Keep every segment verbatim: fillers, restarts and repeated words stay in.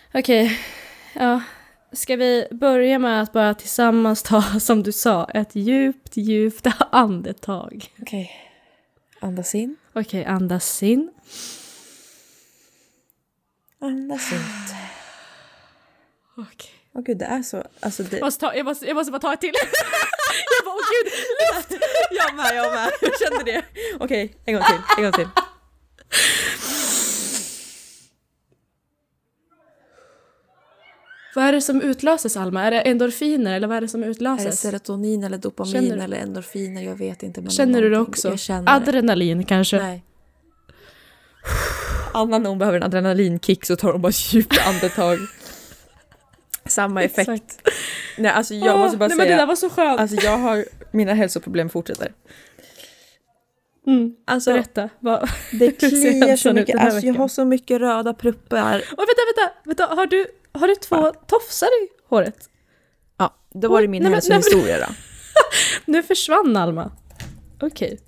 Okej, okay. Ja. Ska vi börja med att bara tillsammans ta, som du sa, ett djupt, djupt andetag? Okej, okay. Andas in. Okej, okay, andas in. Andas ut. Okej. Okay. Åh gud, det är så... Alltså det... jag, måste ta, jag, måste, jag måste bara ta ett till. Jag bara, åh gud, luft! Jag med, jag med. Jag kände det. Okej, okay, en gång till, en gång till. Vad är det som utlöses, Alma? Är det endorfiner eller vad är det som utlöses? Är det serotonin eller dopamin eller endorfiner? Jag vet inte. Men känner du det också? Jag känner adrenalin det. Kanske? Nej. Anna, när hon behöver en adrenalinkick så tar hon bara djupa andetag. Samma effekt. Exakt. Nej, alltså jag oh, måste bara nej, säga. Men det där var så skönt. Alltså jag har, mina hälsoproblem fortsätter. Mm, alltså, berätta. Va? Det kliar så mycket. Alltså jag har så mycket röda pruppar. Och vänta, vänta, vänta. Har du, har du två Va? tofsar i håret? Ja, då var det min oh, hälsohistoria då. Nu försvann Alma. Okej. Okay.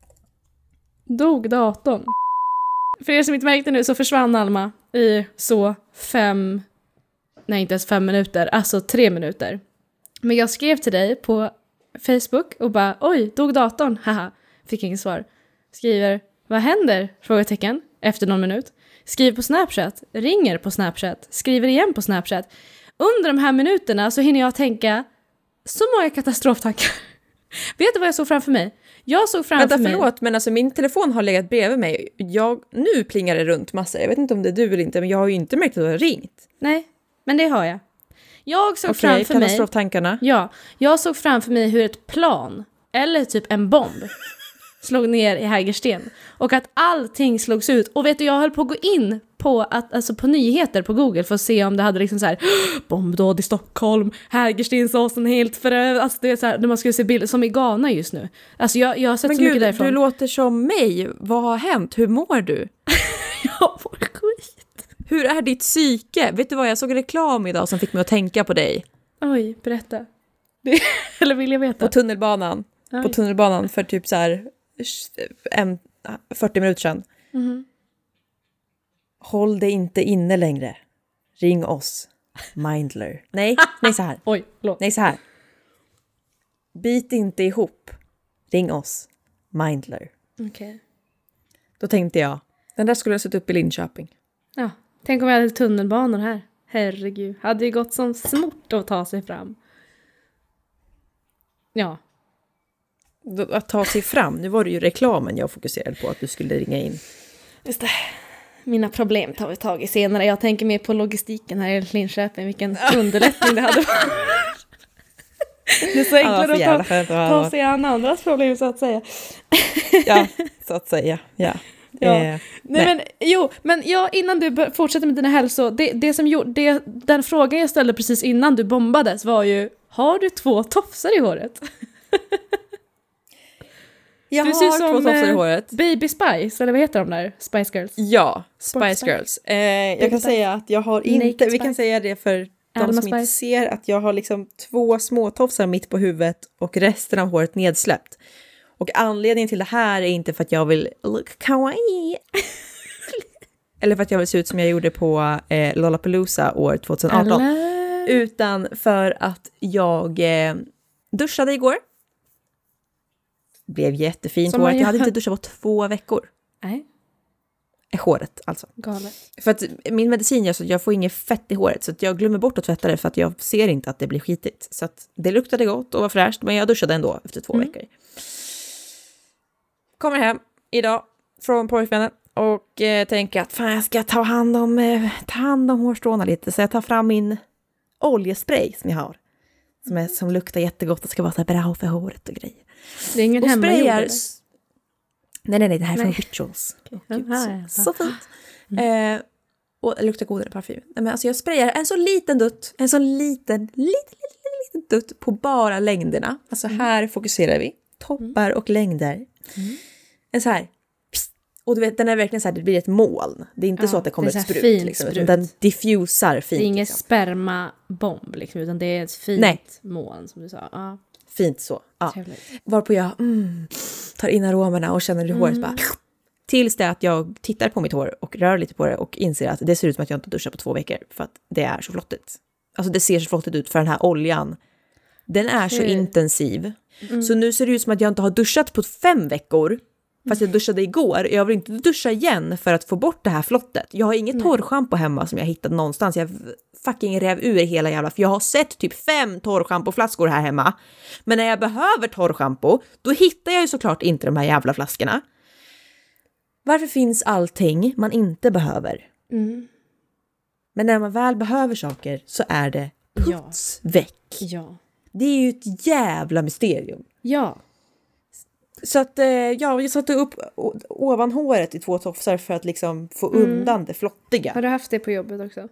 Dog datorn. För er som inte märkte nu så försvann Alma i så fem... Nej, inte ens fem minuter. Alltså tre minuter. Men jag skrev till dig på Facebook och bara, oj, dog datorn. Haha, fick inget svar. Skriver, vad händer? Frågetecken. Efter någon minut. Skriver på Snapchat. Ringer på Snapchat. Skriver igen på Snapchat. Under de här minuterna så hinner jag tänka så många katastroftankar. Vet du vad jag såg framför mig? Jag såg framför Vänta, mig... förlåt, men alltså min telefon har legat bredvid mig. Jag, nu plingar det runt massor. Jag vet inte om det är du eller inte, men jag har ju inte märkt att du har ringt. Nej, men det har jag. Jag såg okay, framför mig... katastroftankarna. Ja, jag såg framför mig hur ett plan, eller typ en bomb, slog ner i Hägersten. Och att allting slogs ut. Och vet du, jag höll på att gå in på, att, alltså på nyheter på Google för att se om det hade liksom så här bombdåd i Stockholm, Hägerstensåsen helt förövad. Alltså det är så här, när man skulle se bilder som i Ghana just nu. Alltså jag, jag har sett men så gud, mycket därifrån. Du låter som mig. Vad har hänt? Hur mår du? Jag mår skit. Hur är ditt psyke? Vet du vad, jag såg reklam idag som fick mig att tänka på dig. Oj, berätta. Det, eller vill jag veta? På tunnelbanan. Oj. På tunnelbanan för typ så här en, fyrtio minuter sedan. Mm-hmm. Håll dig inte inne längre. Ring oss. Mindler. Nej, nej så här. Oj, förlåt. Nej så här. Bit inte ihop. Ring oss. Mindler. Okej. Okay. Då tänkte jag, den där skulle jag sätta upp i Linköping. Ja, tänk om jag hade tunnelbanor här. Herregud, hade ju gått som smort att ta sig fram. Ja. Att ta sig fram, nu var det ju reklamen jag fokuserade på att du skulle ringa in. Just det. Mina problem tar vi tag i senare. Jag tänker mer på logistiken här i Linköping. Vilken underlättning det hade varit. Det är så enklare att ta, ta sig an andras problem så att säga. Ja, så att säga. Ja. Ja. Eh, nej, nej men jo, men ja, innan du fortsätter med dina hälsor, det, det som gjorde det, den frågan jag ställde precis innan du bombades var ju, har du två tofsar i håret? Jag du har ser som, två tofsar i håret. Baby Spice, eller vad heter de där? Spice Girls? Ja, Spice, Spice Girls. Eh, jag kan Spice. säga att jag har inte, Naked vi Spice. Kan säga det för de Alma som Spice. Inte ser att jag har liksom två små tofsar mitt på huvudet och resten av håret nedsläppt. Och anledningen till det här är inte för att jag vill look kawaii. Eller för att jag vill se ut som jag gjorde på eh, Lollapalooza år tjugoarton. Alla. Utan för att jag eh, duschade igår. Blev jättefint hår. Jag hade inte duschat på två veckor. Nej. Håret alltså. Galet. För att min medicin gör så att jag får inget fett i håret. Så att jag glömmer bort att tvätta det för att jag ser inte att det blir skitigt. Så att det luktade gott och var fräscht. Men jag duschade ändå efter två mm. veckor. Kommer hem idag från pojkvännen och eh, tänker att fan jag ska ta hand om, eh, ta hand om hårstråna lite. Så jag tar fram min oljespray som jag har. Som, är, som luktar jättegott och ska vara så bra för håret och grejer. Det är ingen hemmagjord eller? Nej, nej, nej, det här är från Rituals. Okay. Oh, så, så fint. Mm. Eh, och det luktar godare parfym. Nej, men alltså jag sprayar en så liten dutt, en så liten, liten, liten, liten dutt på bara längderna. Alltså mm. här fokuserar vi. Toppar och längder. Mm. En så här. Pst, och du vet, den är verkligen så här, det blir ett moln. Det är inte ja, så att det kommer ett sprut. Liksom, sprut. Den diffusar fint. Det är ingen liksom. spermabomb liksom, utan det är ett fint Nej. moln som du sa. Ja. Fint så. Ja. Varpå jag mm, tar in aromerna och känner hur håret mm. bara Tills det att jag tittar på mitt hår och rör lite på det och inser att det ser ut som att jag inte duschar på två veckor för att det är så flottigt. Alltså det ser så flottigt ut för den här oljan. Den är så mm. intensiv. Mm. Så nu ser det ut som att jag inte har duschat på fem veckor. Fast jag duschade igår. Jag vill inte duscha igen för att få bort det här flottet. Jag har inget torrschampo hemma som jag hittade någonstans. Jag fucking rev ur hela jävla... För jag har sett typ fem torrschampoflaskor här hemma. Men när jag behöver torrschampo, då hittar jag ju såklart inte de här jävla flaskorna. Varför finns allting man inte behöver? Mm. Men när man väl behöver saker så är det puts ja. väck. Ja. Det är ju ett jävla mysterium. Ja. Så att, ja, jag satte upp ovan håret i två tofsar för att liksom få mm. undan det flottiga. Har du haft det på jobbet också?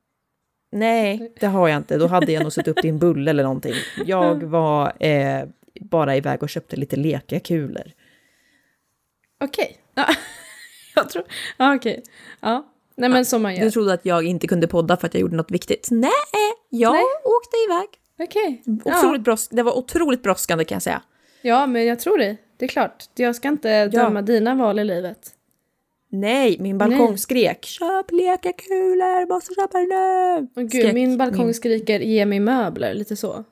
Nej, det har jag inte. Då hade jag nog satt upp det i en bulle eller någonting. Jag var eh, bara iväg och köpte lite lekakulor. Okej. Okay. jag tror... Ja, okej. Okay. Ja. Nej, men som man gör. Du trodde att jag inte kunde podda för att jag gjorde något viktigt. Nej, jag Nej. åkte iväg. Okej. Okay. Otroligt ja. brås- det var otroligt brådskande kan jag säga. Ja, men jag tror det. Det är klart. Jag ska inte döma ja. dina val i livet. Nej, min balkong Nej. skrek. Köp lekakulor, måste köpa det nu. Åh gud, min balkong min... skriker, ge mig möbler, lite så.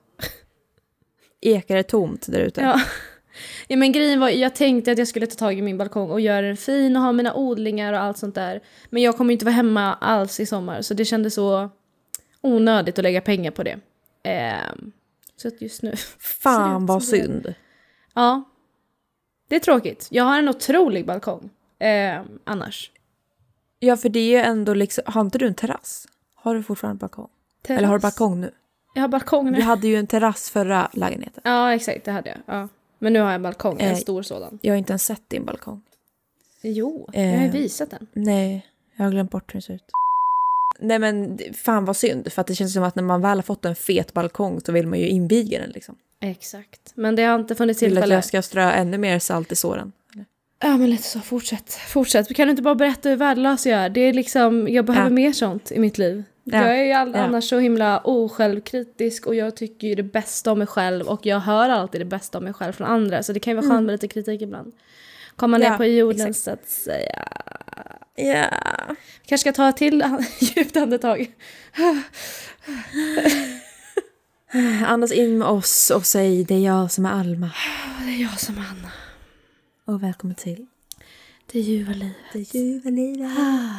Ekar är tomt där ute. Ja. ja, men grejen var, jag tänkte att jag skulle ta tag i min balkong och göra den fin och ha mina odlingar och allt sånt där. Men jag kommer inte vara hemma alls i sommar, så det kändes så onödigt att lägga pengar på det. Ehm, så att just nu... Fan vad synd. Ja, det är tråkigt. Jag har en otrolig balkong. Eh, annars. Ja, för det är ju ändå liksom... Har inte du en terrass? Har du fortfarande balkong? Terrass. Eller har du balkong nu? Jag har balkong nu. Du hade ju en terrass förra lägenheten. Ja, exakt. Det hade jag. Ja. Men nu har jag balkong. En eh, stor sådan. Jag har inte ens sett din balkong. Jo, eh, jag har visat den. Nej, jag har glömt bort hur det ser ut. Nej, men fan vad synd. För att det känns som att när man väl har fått en fet balkong så vill man ju inviga den liksom. Exakt. Men det har inte funnits tillfälle. Vill att jag ska strö ännu mer salt i såren? Eller? Ja, men lite så. Fortsätt. Fortsätt. Kan du inte bara berätta hur värdelös jag är? Det är liksom, jag behöver ja. mer sånt i mitt liv. Ja. Jag är ju all, ja. annars så himla osjälvkritisk och jag tycker ju det bästa om mig själv och jag hör alltid det bästa om mig själv från andra. Så det kan ju vara skönt mm. med lite kritik ibland. Komma ner ja, på jorden exakt. Så att säga. Ja. Kanske ska ta till djupt andetag. Andas in med oss och säg det är jag som är Alma. Det är jag som är Anna. Och välkommen till Det ljuva livet. Det ljuva livet.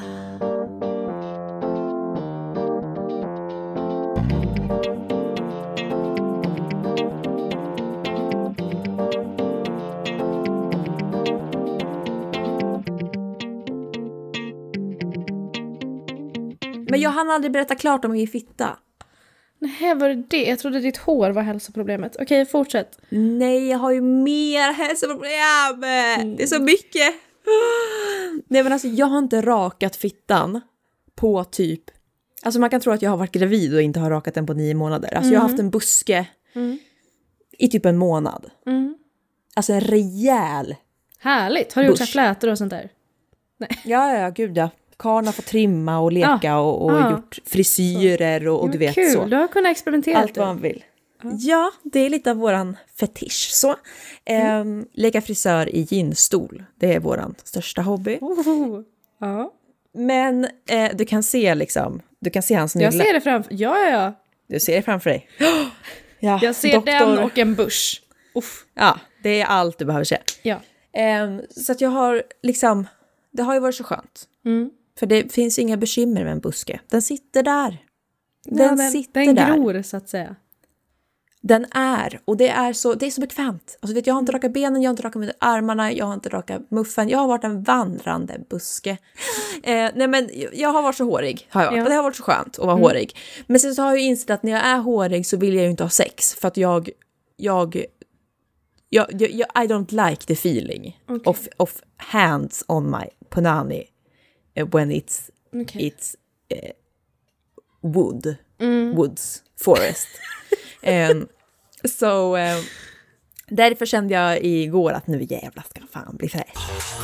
Men jag hann aldrig berätta klart om min fitta. Nej, var det det? Jag trodde ditt hår var hälsoproblemet. Okej, fortsätt. Nej, jag har ju mer hälsoproblem. Mm. Det är så mycket. Nej, men alltså jag har inte rakat fittan på typ... Alltså man kan tro att jag har varit gravid och inte har rakat den på nio månader. Alltså mm. jag har haft en buske mm. i typ en månad. Mm. Alltså en rejäl Härligt. Har du bush. gjort flätor och sånt där? Nej. Ja, ja, gud ja. Karn har fått trimma och leka ah, och, och ah, gjort frisyrer och, och du vet kul. så. Du har kunnat experimentera. Allt vad man vill. Ah. Ja, det är lite av våran fetisch. Så, mm. eh, leka frisör i ginstol. Det är våran största hobby. Oh. Ah. Men eh, du kan se liksom, du kan se hans nylle. Jag ser det framför, ja, ja, ja. Du ser det framför dig. Ja, jag ser doktor. Den och en bush. Uff. Ja, det är allt du behöver se. Ja. Eh, så att jag har liksom, det har ju varit så skönt. Mm. För det finns inga bekymmer med en buske. Den sitter där. Den, ja, den sitter den där. Den gror så att säga. Den är. Och det är så, det är så bekvämt. Alltså, vet, jag har inte rakat benen, jag har inte rakat med armarna, jag har inte rakat muffen. Jag har varit en vandrande buske. Eh, nej men jag har varit så hårig. Har jag. Ja. Det har varit så skönt att vara mm. hårig. Men sen så har jag ju insett att när jag är hårig så vill jag ju inte ha sex. För att jag... jag jag, jag, jag I don't like the feeling okay. of, of hands on my punani. When it's okay. it's uh, wood mm. woods forest um, so um, därför kände jag igår att nu jävlar ska fan bli fräsch.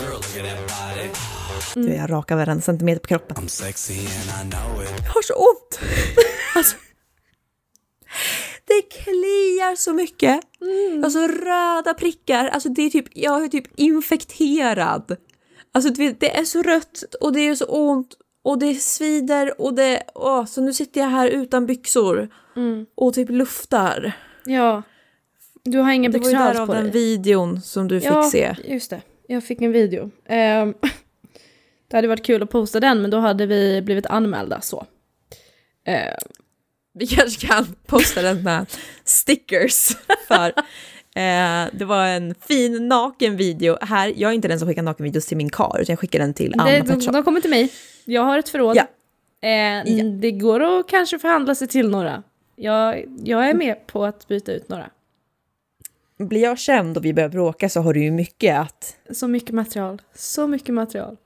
Mm. Jag rakar varenda centimeter på kroppen. Jag har så ont. Alltså, det kliar så mycket. Mm. Alltså röda prickar. Alltså det är typ, jag är typ infekterad. Alltså det är så rött och det är så ont och det svider och det... Åh, så nu sitter jag här utan byxor mm. och typ luftar. Ja, du har ingen byxor alls på dig. Det var ju där av den videon som du fick ja, se. Ja, just det. Jag fick en video. Um, det hade varit kul att posta den, men då hade vi blivit anmälda så. Uh, vi kanske kan posta den med stickers för... Eh, det var en fin naken video här. Jag är inte den som skickar naken videos till min kar, utan jag skickar den till Anna. Det, de, de kommer till mig. Jag har ett förråd. Ja. Eh, ja. Det går att kanske förhandla sig till några. Jag, jag är med på att byta ut några. Blir jag känd och vi börjar bråka så har du ju mycket att... Så mycket material. Så mycket material.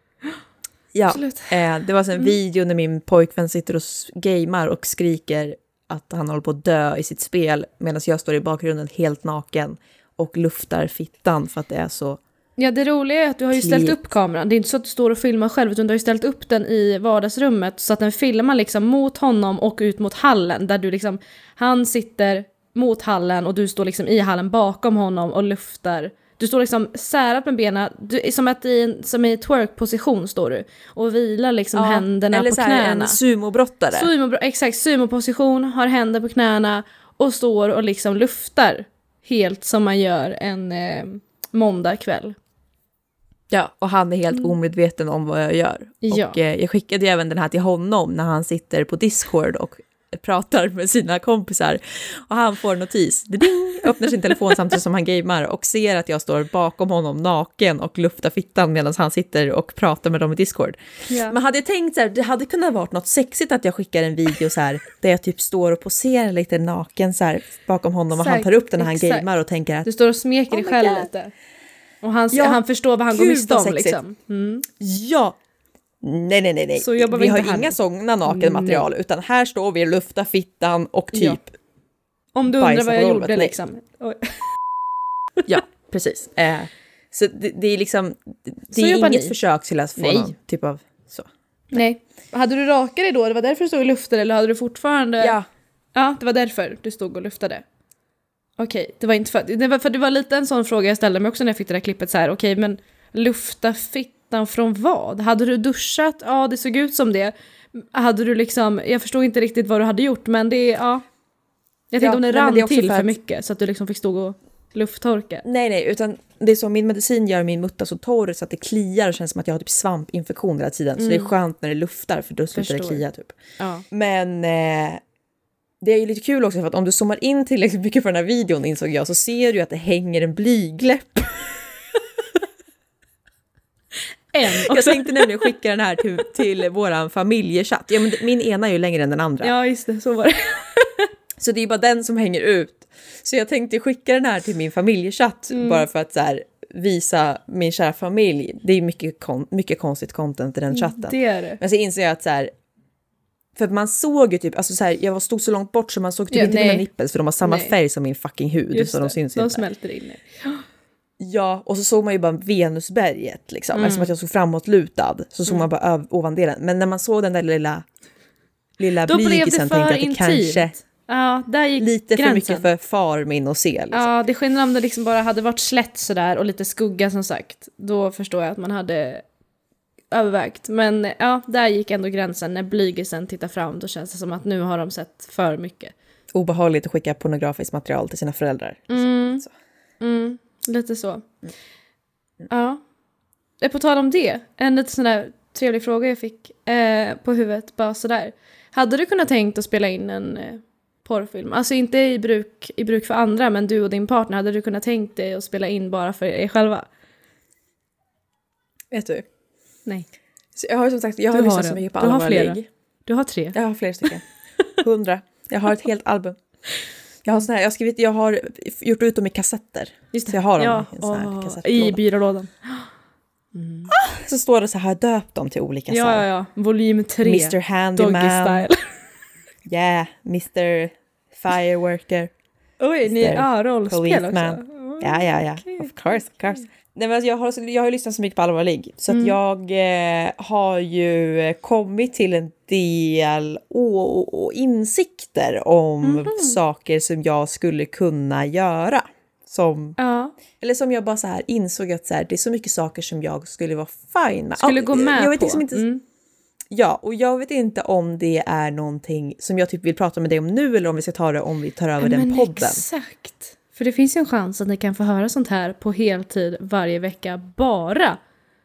Ja, eh, det var så en mm. video när min pojkvän sitter och gamer och skriker att han håller på att dö i sitt spel medan jag står i bakgrunden helt naken och luftar fittan för att det är så... Ja, det roliga är att du har ju ställt upp kameran. Det är inte så att du står och filmar själv, utan du har ju ställt upp den i vardagsrummet så att den filmar liksom mot honom och ut mot hallen där du liksom... Han sitter mot hallen och du står liksom i hallen bakom honom och luftar. Du står liksom särat med benen, du, som att i en som i twerk-position står du och vilar liksom ja, händerna på knäna. Eller en sumobrottare. Sumo, exakt, sumoposition, har händer på knäna och står och liksom luftar helt som man gör en eh, måndagkväll. Ja, och han är helt omedveten om vad jag gör. Ja. Och eh, jag skickade ju även den här till honom när han sitter på Discord och pratar med sina kompisar och han får en notis, ding, öppnar sin telefon samtidigt som han gamer och ser att jag står bakom honom naken och luftar fittan medan han sitter och pratar med dem i Discord. Yeah. Men hade jag tänkt så här, det hade kunnat vara något sexigt att jag skickar en video så här där jag typ står och poserar lite naken så här bakom honom och exakt, han tar upp den när han exakt. gamer och tänker att du står och smeker dig oh själv God. lite. Och han, ja, han förstår vad han går miste om liksom. Mm. Ja. Nej, nej, nej, nej. Så vi, vi har här. Inga sådana nakenmaterial nej. Utan här står vi och luftar fittan och typ ja. Om du undrar vad jag gjorde nej. liksom. Ja, precis. Eh, så det, det är liksom det är inget ni. försök till att få nej. någon typ av så. Nej. Hade du rakat dig då? Det var därför du stod och luftade eller hade du fortfarande... Ja. Ja, det var därför du stod och luftade. Okej, okay, det var inte för... Det var, för det var lite en sån fråga jag ställde mig också när jag fick det där klippet så här. Okej, okay, men lufta fitt från vad? Hade du duschat? Ja, det såg ut som det. Hade du liksom, jag förstod inte riktigt vad du hade gjort, men det ja. Jag tänkte ja, om det rann det till för, för mycket så att du liksom fick stå och lufttorka. Nej, nej, utan det är som min medicin gör min mutta så torr så att det kliar och känns som att jag har typ svampinfektion hela tiden. Mm. Så det är skönt när det luftar för då slutar det klia typ. Ja. Men eh, det är ju lite kul också för att om du zoomar in tillräckligt mycket för den här videon insåg jag så ser du att det hänger en blygläpp. Jag tänkte nämligen skicka den här till, till våran familjechatt. Ja, men min ena är ju längre än den andra. Ja, just det, så var det. Så det är bara den som hänger ut. Så jag tänkte skicka den här till min familjechatt mm. bara för att så här, visa min kära familj. Det är mycket, kon- mycket konstigt content i den chatten. Det är det. Men så inser jag att så här, för man såg ju typ, alltså så här, jag stod så långt bort så man såg typ ja, inte nej. mina nipples för de har samma nej. färg som min fucking hud. Just så det, de syns de inte. smälter in. Ja, och så såg man ju bara Venusberget liksom. Mm. Eftersom att jag såg framåtlutad så såg mm. man bara öv- ovan delen. Men när man såg den där lilla lilla blygisen tänkte jag att det kanske ja, där gick lite gränsen. För mycket för far min att se. Liksom. Ja, det skillnad om det liksom bara hade varit slätt sådär och lite skugga som sagt. Då förstår jag att man hade övervägt. Men ja, där gick ändå gränsen. När blygisen tittar fram då känns det som att nu har de sett för mycket. Obehagligt att skicka pornografiskt material till sina föräldrar. Mm. Så. Mm. Lite så. Mm. Ja. På tal om det, en lite sån där trevlig fråga jag fick eh, på huvudet, bara sådär. Hade du kunnat tänkt att spela in en eh, porrfilm? Alltså inte i bruk, i bruk för andra, men du och din partner, hade du kunnat tänkt dig att spela in bara för er själva? Vet du? Nej. Så jag har som sagt, jag har lyssnat så mycket på alla våra ligg. Du har tre? Jag har flera stycken. Hundra. Jag har ett helt album. Jag har, sån här, jag, har skrivit, jag har gjort ut dem i kassetter. Just det. Så jag har dem ja, i en sån här kassettlåda. I byrålådan. Mm. Ah, så står det så här, döpt dem till olika ja, ja, ja. Volym tre. mister Handyman. Doggy style. Yeah, mister Fireworker. Oj, ni är rollspel också. Oh, ja, ja, ja. Okay. Of course, of course. Nej, men jag, har, jag har ju lyssnat så mycket på Allvar Ligg. Så mm. att jag eh, har ju kommit till en del och, och insikter om mm-hmm. saker som jag skulle kunna göra. som, ja. eller som jag bara så här insåg att så här, det är så mycket saker som jag skulle vara fine med. Skulle ja, gå med jag vet på. Liksom inte, mm. Ja, och jag vet inte om det är någonting som jag typ vill prata med dig om nu eller om vi ska ta det om vi tar över ja, den podden. Exakt. För det finns ju en chans att ni kan få höra sånt här på heltid varje vecka bara.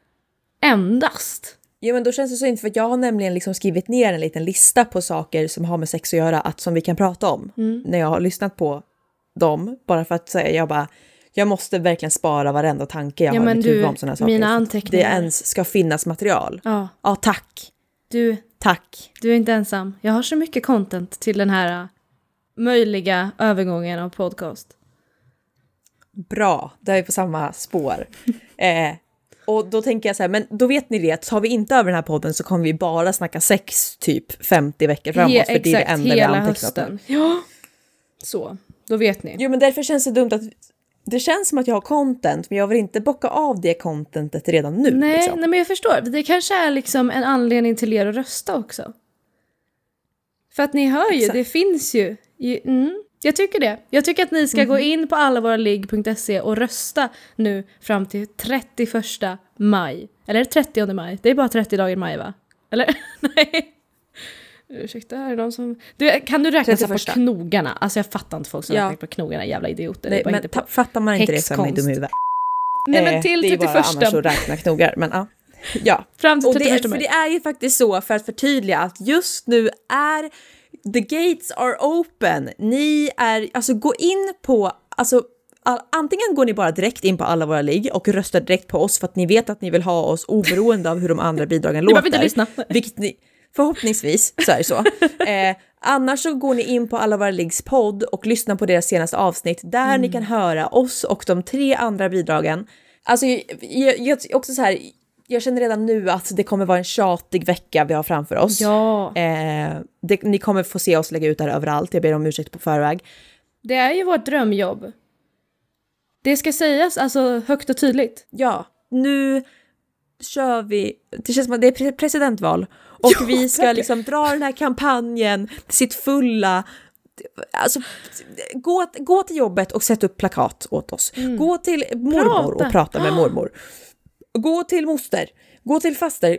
Endast. Ja, men då känns det så inte, för jag har nämligen liksom skrivit ner en liten lista på saker som har med sex att göra, att som vi kan prata om mm. när jag har lyssnat på dem, bara för att säga, jag bara jag måste verkligen spara varenda tanke jag ja, har men i mitt huvud om sådana saker. Mina anteckningar. Det ens ska finnas material. Ja. Ja, tack. Du, tack. Du är inte ensam. Jag har så mycket content till den här möjliga övergången av podcast. Bra, då är vi på samma spår. eh, och då tänker jag så här, men då vet ni det, tar vi inte över den här podden så kommer vi bara snacka sex typ femtio veckor framåt. He- för exakt, det är det enda hela vi har antecknat. Hösten. Ja, så. Då vet ni. Jo, men därför känns det dumt att det känns som att jag har content, men jag vill inte bocka av det contentet redan nu. Nej, liksom. nej men jag förstår. Det kanske är liksom en anledning till er att rösta också. För att ni hör ju, exakt. Det finns ju. Mm, jag tycker det. Jag tycker att ni ska mm-hmm. gå in på allavåraligg punkt se och rösta nu fram till trettioförsta maj. Eller trettionde maj. Det är bara trettio dagar i maj, va? Eller? Nej. Ursäkta, är det någon som... Du, kan du räkna sig på knogarna? Alltså jag fattar inte folk som ja. räknar på knogarna, jävla idioter. Nej, men ta- fattar man inte det som är dum i huvudet? Nej, men till eh, det är bara trettioförsta annars att räkna knogar, men ja. ja. Fram till och det, trettioförsta för det är ju faktiskt så, för att förtydliga, att just nu är the gates are open. Ni är, alltså gå in på, alltså all, antingen går ni bara direkt in på alla våra ligg och röstar direkt på oss för att ni vet att ni vill ha oss oberoende av hur de andra bidragen låter. Ni behöver inte lyssna. Vilket ni... Förhoppningsvis så är det så. Eh, annars så går ni in på Alla våra liggs podd och lyssnar på deras senaste avsnitt där mm. ni kan höra oss och de tre andra bidragen. Alltså jag, jag, också så här, jag känner redan nu att det kommer vara en tjatig vecka vi har framför oss. Ja. Eh, det, ni kommer få se oss lägga ut där överallt. Jag ber om ursäkt på förväg. Det är ju vårt drömjobb. Det ska sägas alltså högt och tydligt. Ja, nu kör vi. Det känns som att det är presidentval. Och ja, vi ska liksom dra den här kampanjen till sitt fulla... Alltså, gå, gå till jobbet och sätta upp plakat åt oss. Mm. Gå till mormor prata. och prata med mormor. Gå till moster. Gå till faster.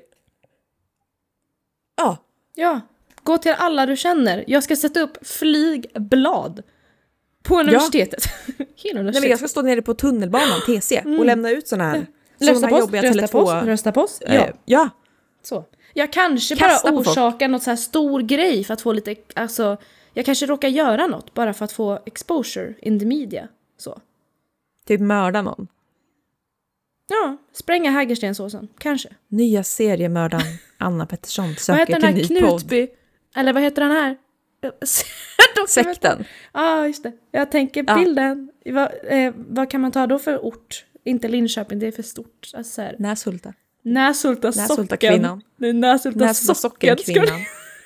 Ja. Ja, gå till alla du känner. Jag ska sätta upp flygblad på universitetet. Ja. Nej, men jag ska stå nere på tunnelbanan, T C, mm. och lämna ut såna här, ja. Rösta på oss, rösta på oss, rösta på oss. Ja. Eh, ja. Så. Jag kanske Kasta bara orsakar något så här stor grej för att få lite, alltså, jag kanske råkar göra något bara för att få exposure in the media. Så. Typ mörda någon. Ja, spränga Hägerstensåsen, kanske. Nya seriemördaren Anna Pettersson söker vad heter till den här ny Knutby? Podd. Eller vad heter den här? Sekten. Ja, ah, just det. Jag tänker ja. bilden. Vad, eh, vad kan man ta då för ort? Inte Linköping, det är för stort. Alltså, här. Näshulta. Näshulta socken. Näshulta kvinnan. Nej, Näshulta, Näshulta socken. socken kvinnan.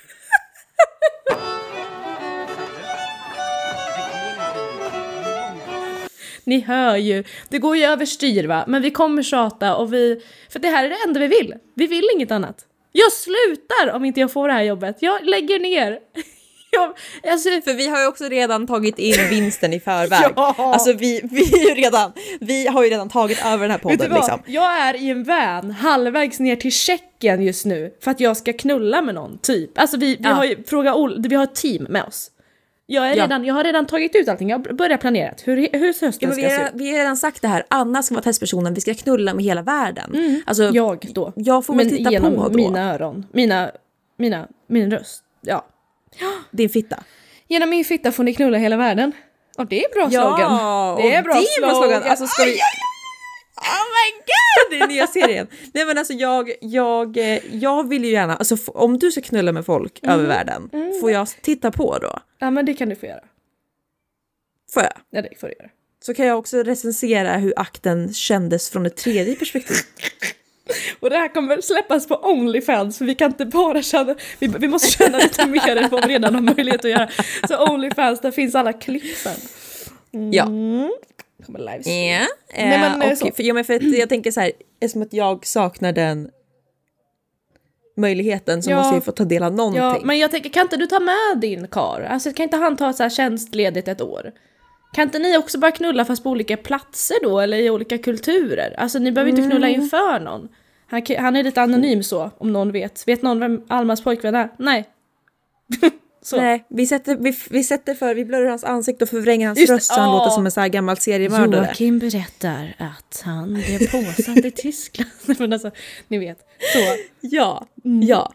Ni hör ju. Det går ju överstyr, va? Men vi kommer tjata och vi... För det här är det enda vi vill. Vi vill inget annat. Jag slutar om inte jag får det här jobbet. Jag lägger ner. Jag, alltså... För vi har ju också redan tagit in vinsten i förväg. Ja. Alltså vi, vi, är ju redan, vi har ju redan tagit över den här podden. Liksom. Jag är i en van halvvägs ner till Tjeckien just nu för att jag ska knulla med någon, typ. Alltså vi, vi ja. har ju fråga Ol- vi har ett team med oss. Jag, är ja. redan, jag har redan tagit ut allting, jag har börjat planera hur, hur hösten ja, ska vi, se ut. Vi har redan sagt det här, Anna ska vara testpersonen, vi ska knulla med hela världen. Mm. Alltså, jag då. Jag får väl titta genom på då. mina öron, mina, mina, min röst, ja. Din fitta. Genom min fitta får ni knulla hela världen. Och det är bra slogan. Ja, det är bra det är slogan. slogan. Alltså ska vi... aj, aj, aj. Oh my god! Det är nya serien. Nej men alltså jag, jag, jag vill ju gärna, alltså om du ska knulla med folk mm. över världen, mm. får jag titta på då? Ja men det kan du få göra. Får jag? Ja det får du göra. Så kan jag också recensera hur akten kändes från ett tredje perspektiv. Och det här kommer släppas på OnlyFans, för vi kan inte bara känna, vi, vi måste känna lite mer än vad vi redan har möjlighet att göra. Så OnlyFans, där finns alla klippen. Mm. Ja. Kommer livestream. Yeah. Nej, men, uh, okay. för, ja, men för att jag tänker så här, eftersom att jag saknar den möjligheten så ja. måste jag få ta del av någonting. Ja, men jag tänker, kan inte du ta med din kar? Alltså kan inte han ta så här tjänstledigt ett år? Kan inte ni också bara knulla fast på olika platser då? Eller i olika kulturer? Alltså ni behöver inte knulla inför någon. Han, han är lite anonym så, om någon vet. Vet någon vem Almas pojkvän är? Nej. Så. Nej, vi sätter, vi, vi sätter för, vi blurrar hans ansikte och förvränger hans Just, röst så han låter som en så här gammal seriemördare. Joakim berättar att han blev påsatt i Tyskland. Men alltså, ni vet. Så. Ja, mm. ja.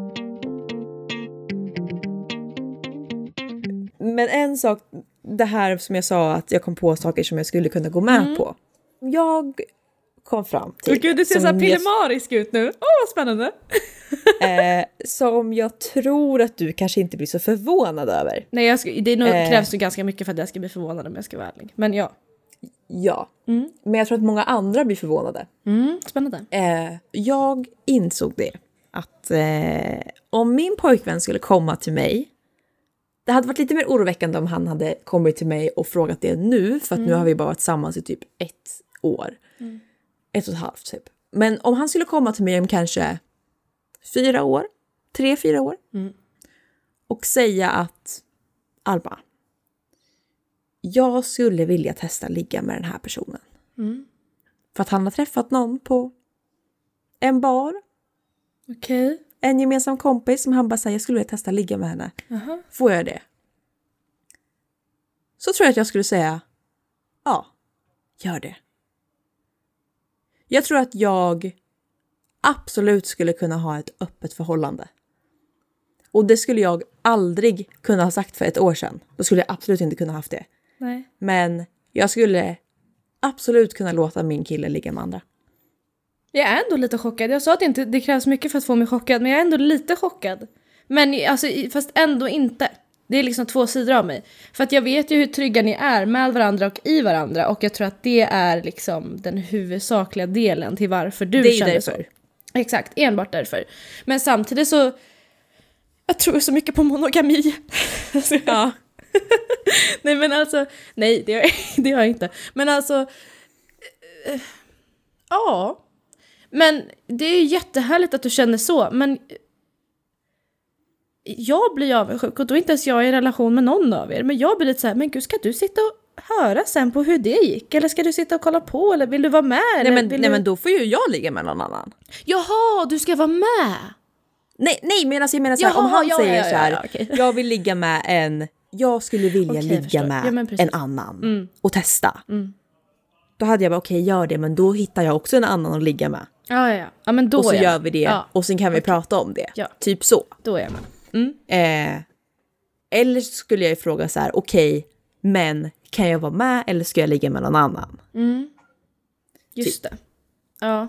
Men en sak, det här som jag sa att jag kom på saker som jag skulle kunna gå med mm. på. Jag kom fram till... Oh, Gud, du ser så här pillemarisk ut nu. Åh, oh, vad spännande. eh, som jag tror att du kanske inte blir så förvånad över. Nej, jag ska, det nog, eh, krävs ju ganska mycket för att jag ska bli förvånad om jag ska vara ärlig. Men ja. Ja, mm. men jag tror att många andra blir förvånade. Mm, spännande. Eh, jag insåg det. Att eh, om min pojkvän skulle komma till mig. Det hade varit lite mer oroväckande om han hade kommit till mig och frågat det nu. För att mm. nu har vi bara varit tillsammans i typ ett år. Mm. Ett och ett halvt typ. Men om han skulle komma till mig om kanske fyra år. Tre, fyra år. Mm. Och säga att Alma. Jag skulle vilja testa ligga med den här personen. Mm. För att han har träffat någon på en bar. Okej. Okay. En gemensam kompis som han bara säger jag skulle vilja testa ligga med henne. Uh-huh. Får jag det? Så tror jag att jag skulle säga ja, gör det. Jag tror att jag absolut skulle kunna ha ett öppet förhållande. Och det skulle jag aldrig kunna ha sagt för ett år sedan. Då skulle jag absolut inte kunna haft det. Nej. Men jag skulle absolut kunna låta min kille ligga med andra. Jag är ändå lite chockad. Jag sa att det, inte, det krävs mycket för att få mig chockad. Men jag är ändå lite chockad. Men alltså, fast ändå inte. Det är liksom två sidor av mig. För att jag vet ju hur trygga ni är med varandra och i varandra. Och jag tror att det är liksom den huvudsakliga delen till varför du det är känner därför. Så. Exakt, enbart därför. Men samtidigt så... Jag tror så mycket på monogami. Ja. Nej men alltså... Nej, det gör, det gör jag inte. Men alltså... Äh, ja... Men det är ju jättehärligt att du känner så. Men jag blir avundsjuk. Och då är inte ens jag i relation med någon av er. Men jag blir lite så här, men gud, ska du sitta och höra sen på hur det gick? Eller ska du sitta och kolla på? Eller vill du vara med? Nej, men, nej du... men då får ju jag ligga med någon annan. Jaha, du ska vara med. Nej, nej men alltså, jag menar så här, Jaha, om han ja, säger ja, ja, så här, ja, ja, okay. Jag vill ligga med en, jag skulle vilja okay, ligga med ja, en annan. Mm. Och testa. Mm. Då hade jag bara, okej, okay, gör det. Men då hittar jag också en annan att ligga med. Ja, ja, ja. ja men då och så jag. gör vi det. Ja. Och sen kan vi okay. prata om det. Ja. Typ så. Då är jag med. Mm. Eh, eller skulle jag ju fråga så här, okej, okay, men kan jag vara med eller ska jag ligga med någon annan? Mm. Just typ. Det. Ja.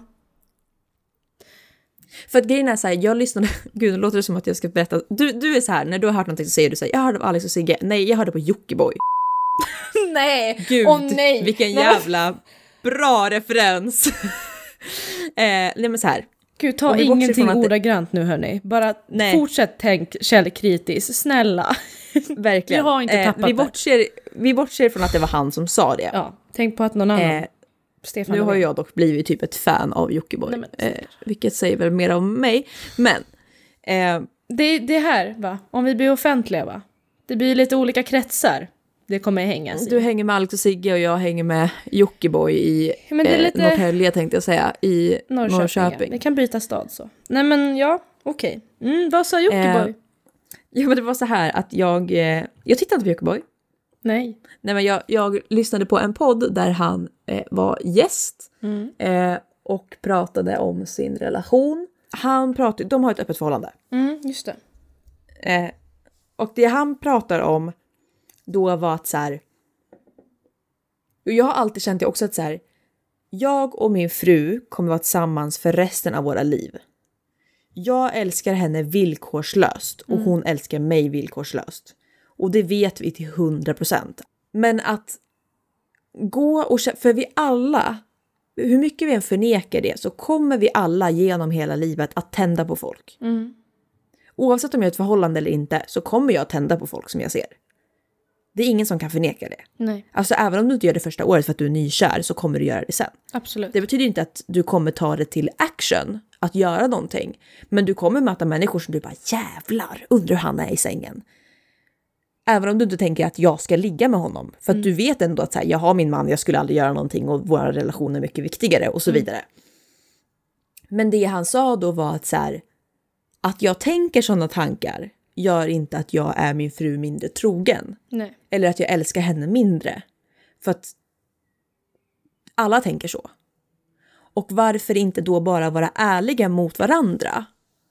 För att grejen är så här, jag lyssnade, gud, det låter det som att jag ska berätta. Du, du är så här, när du har hört någonting så säger du så här, jag hörde på Alex och Sigge. Nej, jag hörde på Jockiboi. Nej, gud, oh, nej. Vilken jävla bra referens. eh, nej men så här. Gud, ta ingenting ordagrant det... nu hörni. Bara nej. Fortsätt tänk källkritiskt, snälla. Verkligen. Vi har inte tappat eh, vi, bortser, vi bortser från att det var han som sa det. Ja, tänk på att någon annan. Eh, Stefan nu har jag dock blivit typ ett fan av Jockiboi. Men, eh, vilket säger väl mer om mig. Men. Eh, det, det här va, om vi blir offentliga va. Det blir lite olika kretsar. Det kommer hänga sig. Du hänger med Alex och Sigge och jag hänger med Jockiboi i men det är lite... eh, Norrtälje tänkte jag säga. I Norrköping. Norrköping. Det kan byta stad så. Nej men ja, okej. Okay. Mm, vad sa Jockiboi? Eh, ja men det var så här att jag, eh, jag tittade inte på Jockiboi. Nej. Nej men jag, jag lyssnade på en podd där han eh, var gäst. Mm. Eh, och pratade om sin relation. Han pratade, de har ett öppet förhållande. Mm, just det. Eh, och det han pratar om då var att så här. Jag har alltid känt det också att så här. Jag och min fru kommer vara tillsammans för resten av våra liv. Jag älskar henne villkorslöst och mm. hon älskar mig villkorslöst. Och det vet vi till hundra procent. Men att gå och för vi alla, hur mycket vi än förnekar det så kommer vi alla genom hela livet att tända på folk. Mm. Oavsett om jag är ett förhållande eller inte så kommer jag att tända på folk som jag ser. Det är ingen som kan förneka det. Nej. Alltså även om du inte gör det första året för att du är nykär så kommer du göra det sen. Absolut. Det betyder inte att du kommer ta det till action att göra någonting. Men du kommer möta människor som du bara jävlar undrar hur han är i sängen. Även om du inte tänker att jag ska ligga med honom. För att mm. du vet ändå att så här, jag har min man, jag skulle aldrig göra någonting och våra relationer är mycket viktigare och så mm. vidare. Men det han sa då var att så här, att jag tänker sådana tankar gör inte att jag är min fru mindre trogen. Nej. Eller att jag älskar henne mindre. För att alla tänker så. Och varför inte då bara vara ärliga mot varandra?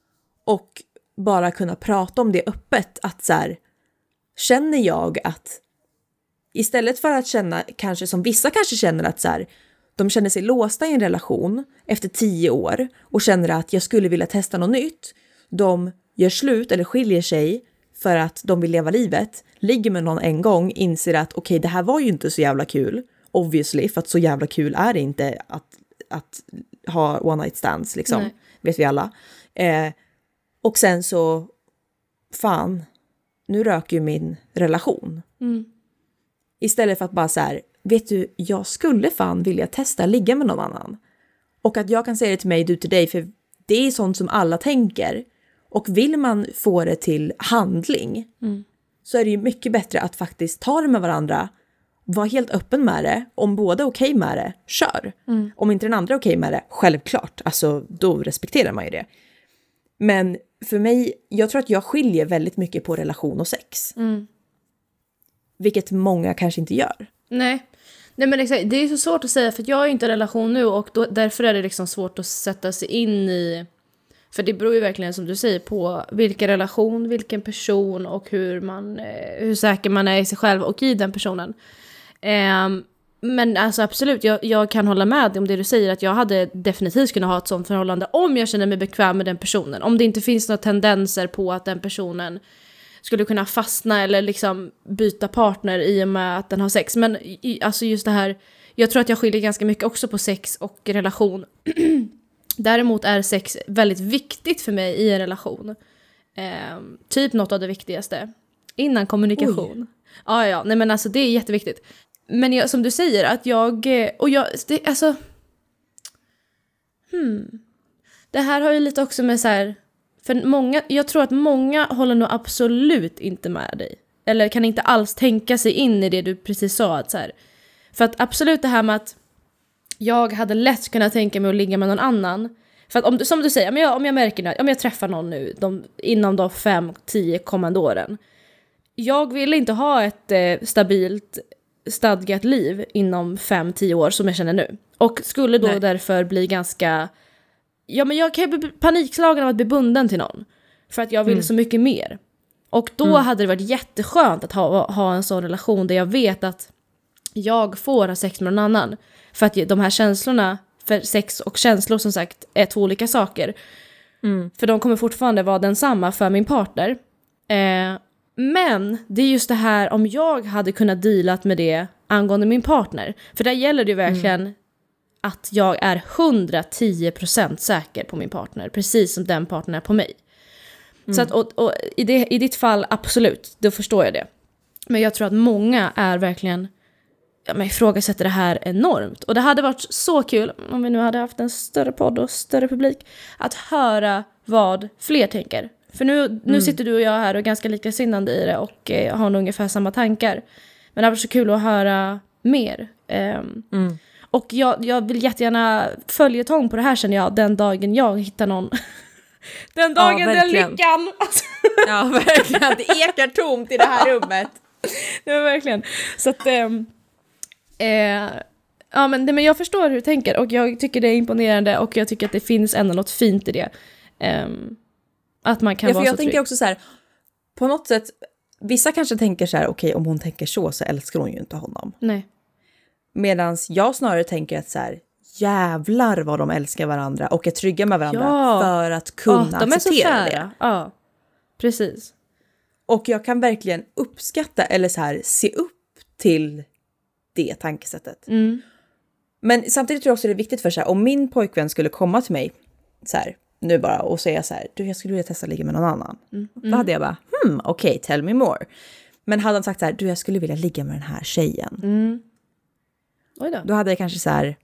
Och bara kunna prata om det öppet. Att så här, känner jag att istället för att känna kanske som vissa kanske känner att så här, de känner sig låsta i en relation efter tio år och känner att jag skulle vilja testa något nytt. De gör slut eller skiljer sig för att de vill leva livet, ligger med någon en gång, inser att okej, okay, det här var ju inte så jävla kul, obviously, för att så jävla kul är det inte att, att ha one night stands, liksom, Nej. vet vi alla. Eh, och sen så, fan, nu röker ju min relation. Mm. Istället för att bara så här, vet du, jag skulle fan vilja testa ligga med någon annan. Och att jag kan säga det till mig, du till dig, för det är sånt som alla tänker. Och vill man få det till handling mm. så är det ju mycket bättre att faktiskt ta det med varandra. Var helt öppen med det. Om båda är okej med det, kör. Mm. Om inte den andra är okej med det, självklart. Alltså, då respekterar man ju det. Men för mig, jag tror att jag skiljer väldigt mycket på relation och sex. Mm. Vilket många kanske inte gör. Nej. Nej, men exakt, det är så svårt att säga för jag är inte i relation nu och då, därför är det liksom svårt att sätta sig in i. För det beror ju verkligen, som du säger, på vilken relation, vilken person och hur, man, hur säker man är i sig själv och i den personen. Um, men alltså absolut, jag, jag kan hålla med om det du säger, att jag hade definitivt kunnat ha ett sånt förhållande om jag känner mig bekväm med den personen. Om det inte finns några tendenser på att den personen skulle kunna fastna eller liksom byta partner i och med att den har sex. Men alltså just det här, jag tror att jag skiljer ganska mycket också på sex och relation. Däremot är sex väldigt viktigt för mig i en relation. Eh, typ något av det viktigaste. Innan kommunikation. Ja, ja, nej men alltså det är jätteviktigt. Men jag, som du säger, att jag, och jag, det, alltså, hmm. Det här har ju lite också med så här, för många, jag tror att många håller nog absolut inte med dig. Eller kan inte alls tänka sig in i det du precis sa. Att så här, för att absolut det här med att jag hade lätt kunnat tänka mig att ligga med någon annan. För att om du, som du säger, om jag, om jag märker nu, om jag träffar någon nu de, inom de fem, tio kommande åren. Jag vill inte ha ett eh, stabilt, stadgat liv inom fem, tio år som jag känner nu. Och skulle då Nej. därför bli ganska... Ja, men jag kan ju bli panikslagen av att bli bunden till någon. För att jag vill mm. så mycket mer. Och då mm. hade det varit jätteskönt att ha, ha en sån relation där jag vet att jag får ha sex med någon annan. För att de här känslorna, för sex och känslor som sagt är två olika saker. Mm. För de kommer fortfarande vara densamma för min partner. Eh, men det är just det här om jag hade kunnat dealat med det angående min partner. För där gäller det ju verkligen mm. att jag är hundratio procent säker på min partner. Precis som den partnern är på mig. Mm. Så att, och, och i, det, i ditt fall, absolut, då förstår jag det. Men jag tror att många är verkligen... Ja, men ifrågasätter det här enormt. Och det hade varit så kul om vi nu hade haft en större podd och större publik att höra vad fler tänker. För nu, nu mm. sitter du och jag här och är ganska likasinnande i det och eh, har nog ungefär samma tankar. Men det var så kul att höra mer. Um, mm. Och jag, jag vill jättegärna följa tång på det här, känner jag, den dagen jag hittar någon. Den dagen ja, den lyckan. Ja, verkligen. Det ekar tomt i det här rummet. Ja, verkligen. Så att... Um, Eh, ja, men, men jag förstår hur du tänker och jag tycker det är imponerande och jag tycker att det finns ändå något fint i det. Eh, att man kan ja, för vara jag så tänker trygg. också så här, på något sätt, vissa kanske tänker så här, okej, okay, om hon tänker så så älskar hon ju inte honom. Nej. Medans jag snarare tänker att så här, jävlar vad de älskar varandra och är trygga med varandra ja. för att kunna ja, de acceptera är så det. Ja, precis. Och jag kan verkligen uppskatta eller så här se upp till det tankesättet. Mm. Men samtidigt tror jag också det är viktigt för så här, om min pojkvän skulle komma till mig så här, nu bara och säga så här, du jag skulle vilja testa att ligga med någon annan. Mm. Då hade jag bara, hmm, okej, okay, tell me more. Men hade han sagt så här, du jag skulle vilja ligga med den här tjejen. Mm. Oj då. Då hade jag kanske så här,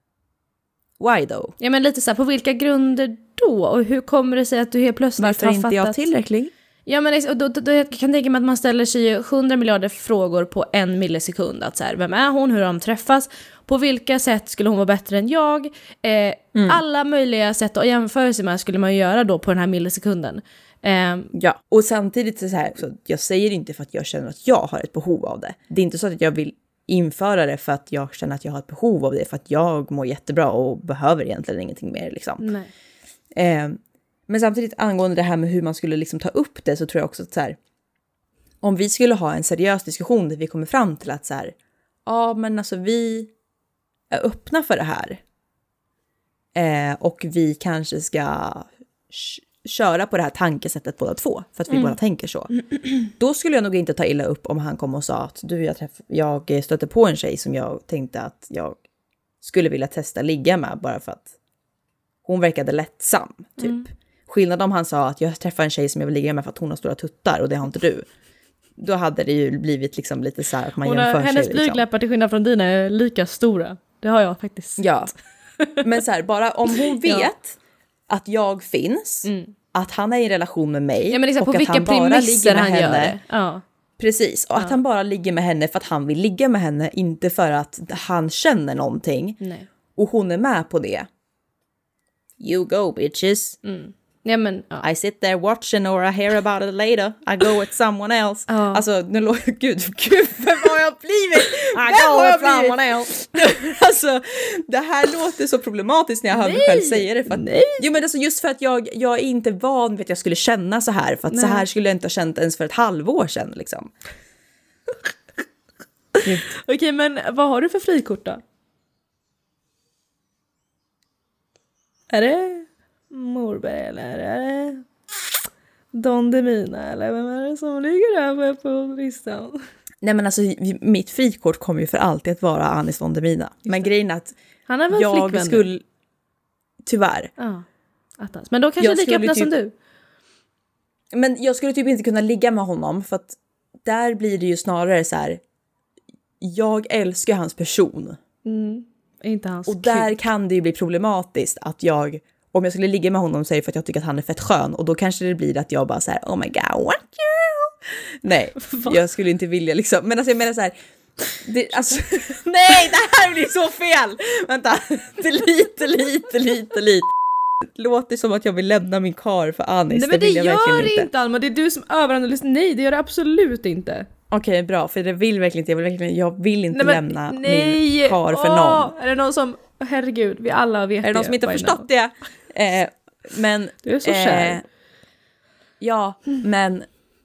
why though? Ja, men lite så här, på vilka grunder då? Och hur kommer det sig att du helt plötsligt varför har inte fattat? jag tillräcklig? Ja, men och då, då, då, jag kan tänka mig att man ställer sig hundra miljarder frågor på en millisekund. Att så här, vem är hon? Hur har de träffats? På vilka sätt skulle hon vara bättre än jag? Eh, mm. Alla möjliga sätt att jämföra sig med skulle man göra då på den här millisekunden. Eh, ja, och samtidigt så här, så jag säger inte för att jag känner att jag har ett behov av det. Det är inte så att jag vill införa det för att jag känner att jag har ett behov av det. För att jag mår jättebra och behöver egentligen ingenting mer liksom. Nej. Eh, Men samtidigt angående det här med hur man skulle liksom ta upp det så tror jag också att så här, om vi skulle ha en seriös diskussion där vi kommer fram till att så här, ja men alltså vi är öppna för det här. Eh, och vi kanske ska sh- köra på det här tankesättet båda två för att vi mm. båda tänker så. Då skulle jag nog inte ta illa upp om han kom och sa att du, jag, träff- jag stötte på en tjej som jag tänkte att jag skulle vilja testa ligga med bara för att hon verkade lättsam typ. Mm. Skillnad om han sa att jag träffar en tjej som jag vill ligga med för att hon har stora tuttar och det har inte du. Då hade det ju blivit liksom lite så här att man hon jämför har, hennes sig. Hennes blygdläppar till skillnad från dina är lika stora. Det har jag faktiskt sett. Ja, men så här, bara om hon vet ja. att jag finns, mm. att han är i relation med mig. Ja, men liksom, och på att vilka han bara ligger med han henne. Gör det. Ja. Precis, och ja. att han bara ligger med henne för att han vill ligga med henne. Inte för att han känner någonting. Nej. Och hon är med på det. You go bitches. Mm. Ja, men, ja. I sit there watching or I hear about it later. I go with someone else. Ja. Alltså, nu låter gud, gud, vem har jag blivit? I go with someone else. Alltså, det här låter så problematiskt när jag hör mig själv säga det. För att, Nej. Jo, men alltså just för att jag, jag är inte van vid att jag skulle känna så här. För att Nej. så här skulle jag inte ha känt ens för ett halvår sedan, liksom. Okej, okay, men vad har du för frikort då? Är det Morberg eller är det Don Demina eller vem är det som ligger där på listan? Nej, men alltså mitt frikort kommer ju för alltid att vara Anis Don Demina. Men grejen är att han är väl jag flickvän skulle tyvärr. Ja, attans. Men då kanske jag lika öppna typ... som du. Men jag skulle typ inte kunna ligga med honom för att där blir det ju snarare så här. Jag älskar hans person. Mm. Inte hans och där kuk. Kan det ju bli problematiskt att jag, om jag skulle ligga med honom så är det för att jag tycker att han är fett skön. Och då kanske det blir att jag bara så här, oh my god, what you? Nej, jag skulle inte vilja liksom. Men alltså jag menar så här, det, alltså, nej, det här blir så fel. Vänta, lite, lite, lite, lite. Det låter som att jag vill lämna min kar för Anis. Nej, men det, det gör inte, inte Alma. Det är du som överanalyserar. Nej, det gör det absolut inte. Okej, okay, bra. För det vill verkligen inte. Jag vill, verkligen, jag vill inte nej, lämna nej. min kar för Åh, någon. Är det någon som... Herregud, vi alla vet det. Är det någon som inte har förstått det? Eh, men... Du är så kär. Eh, ja, mm. men...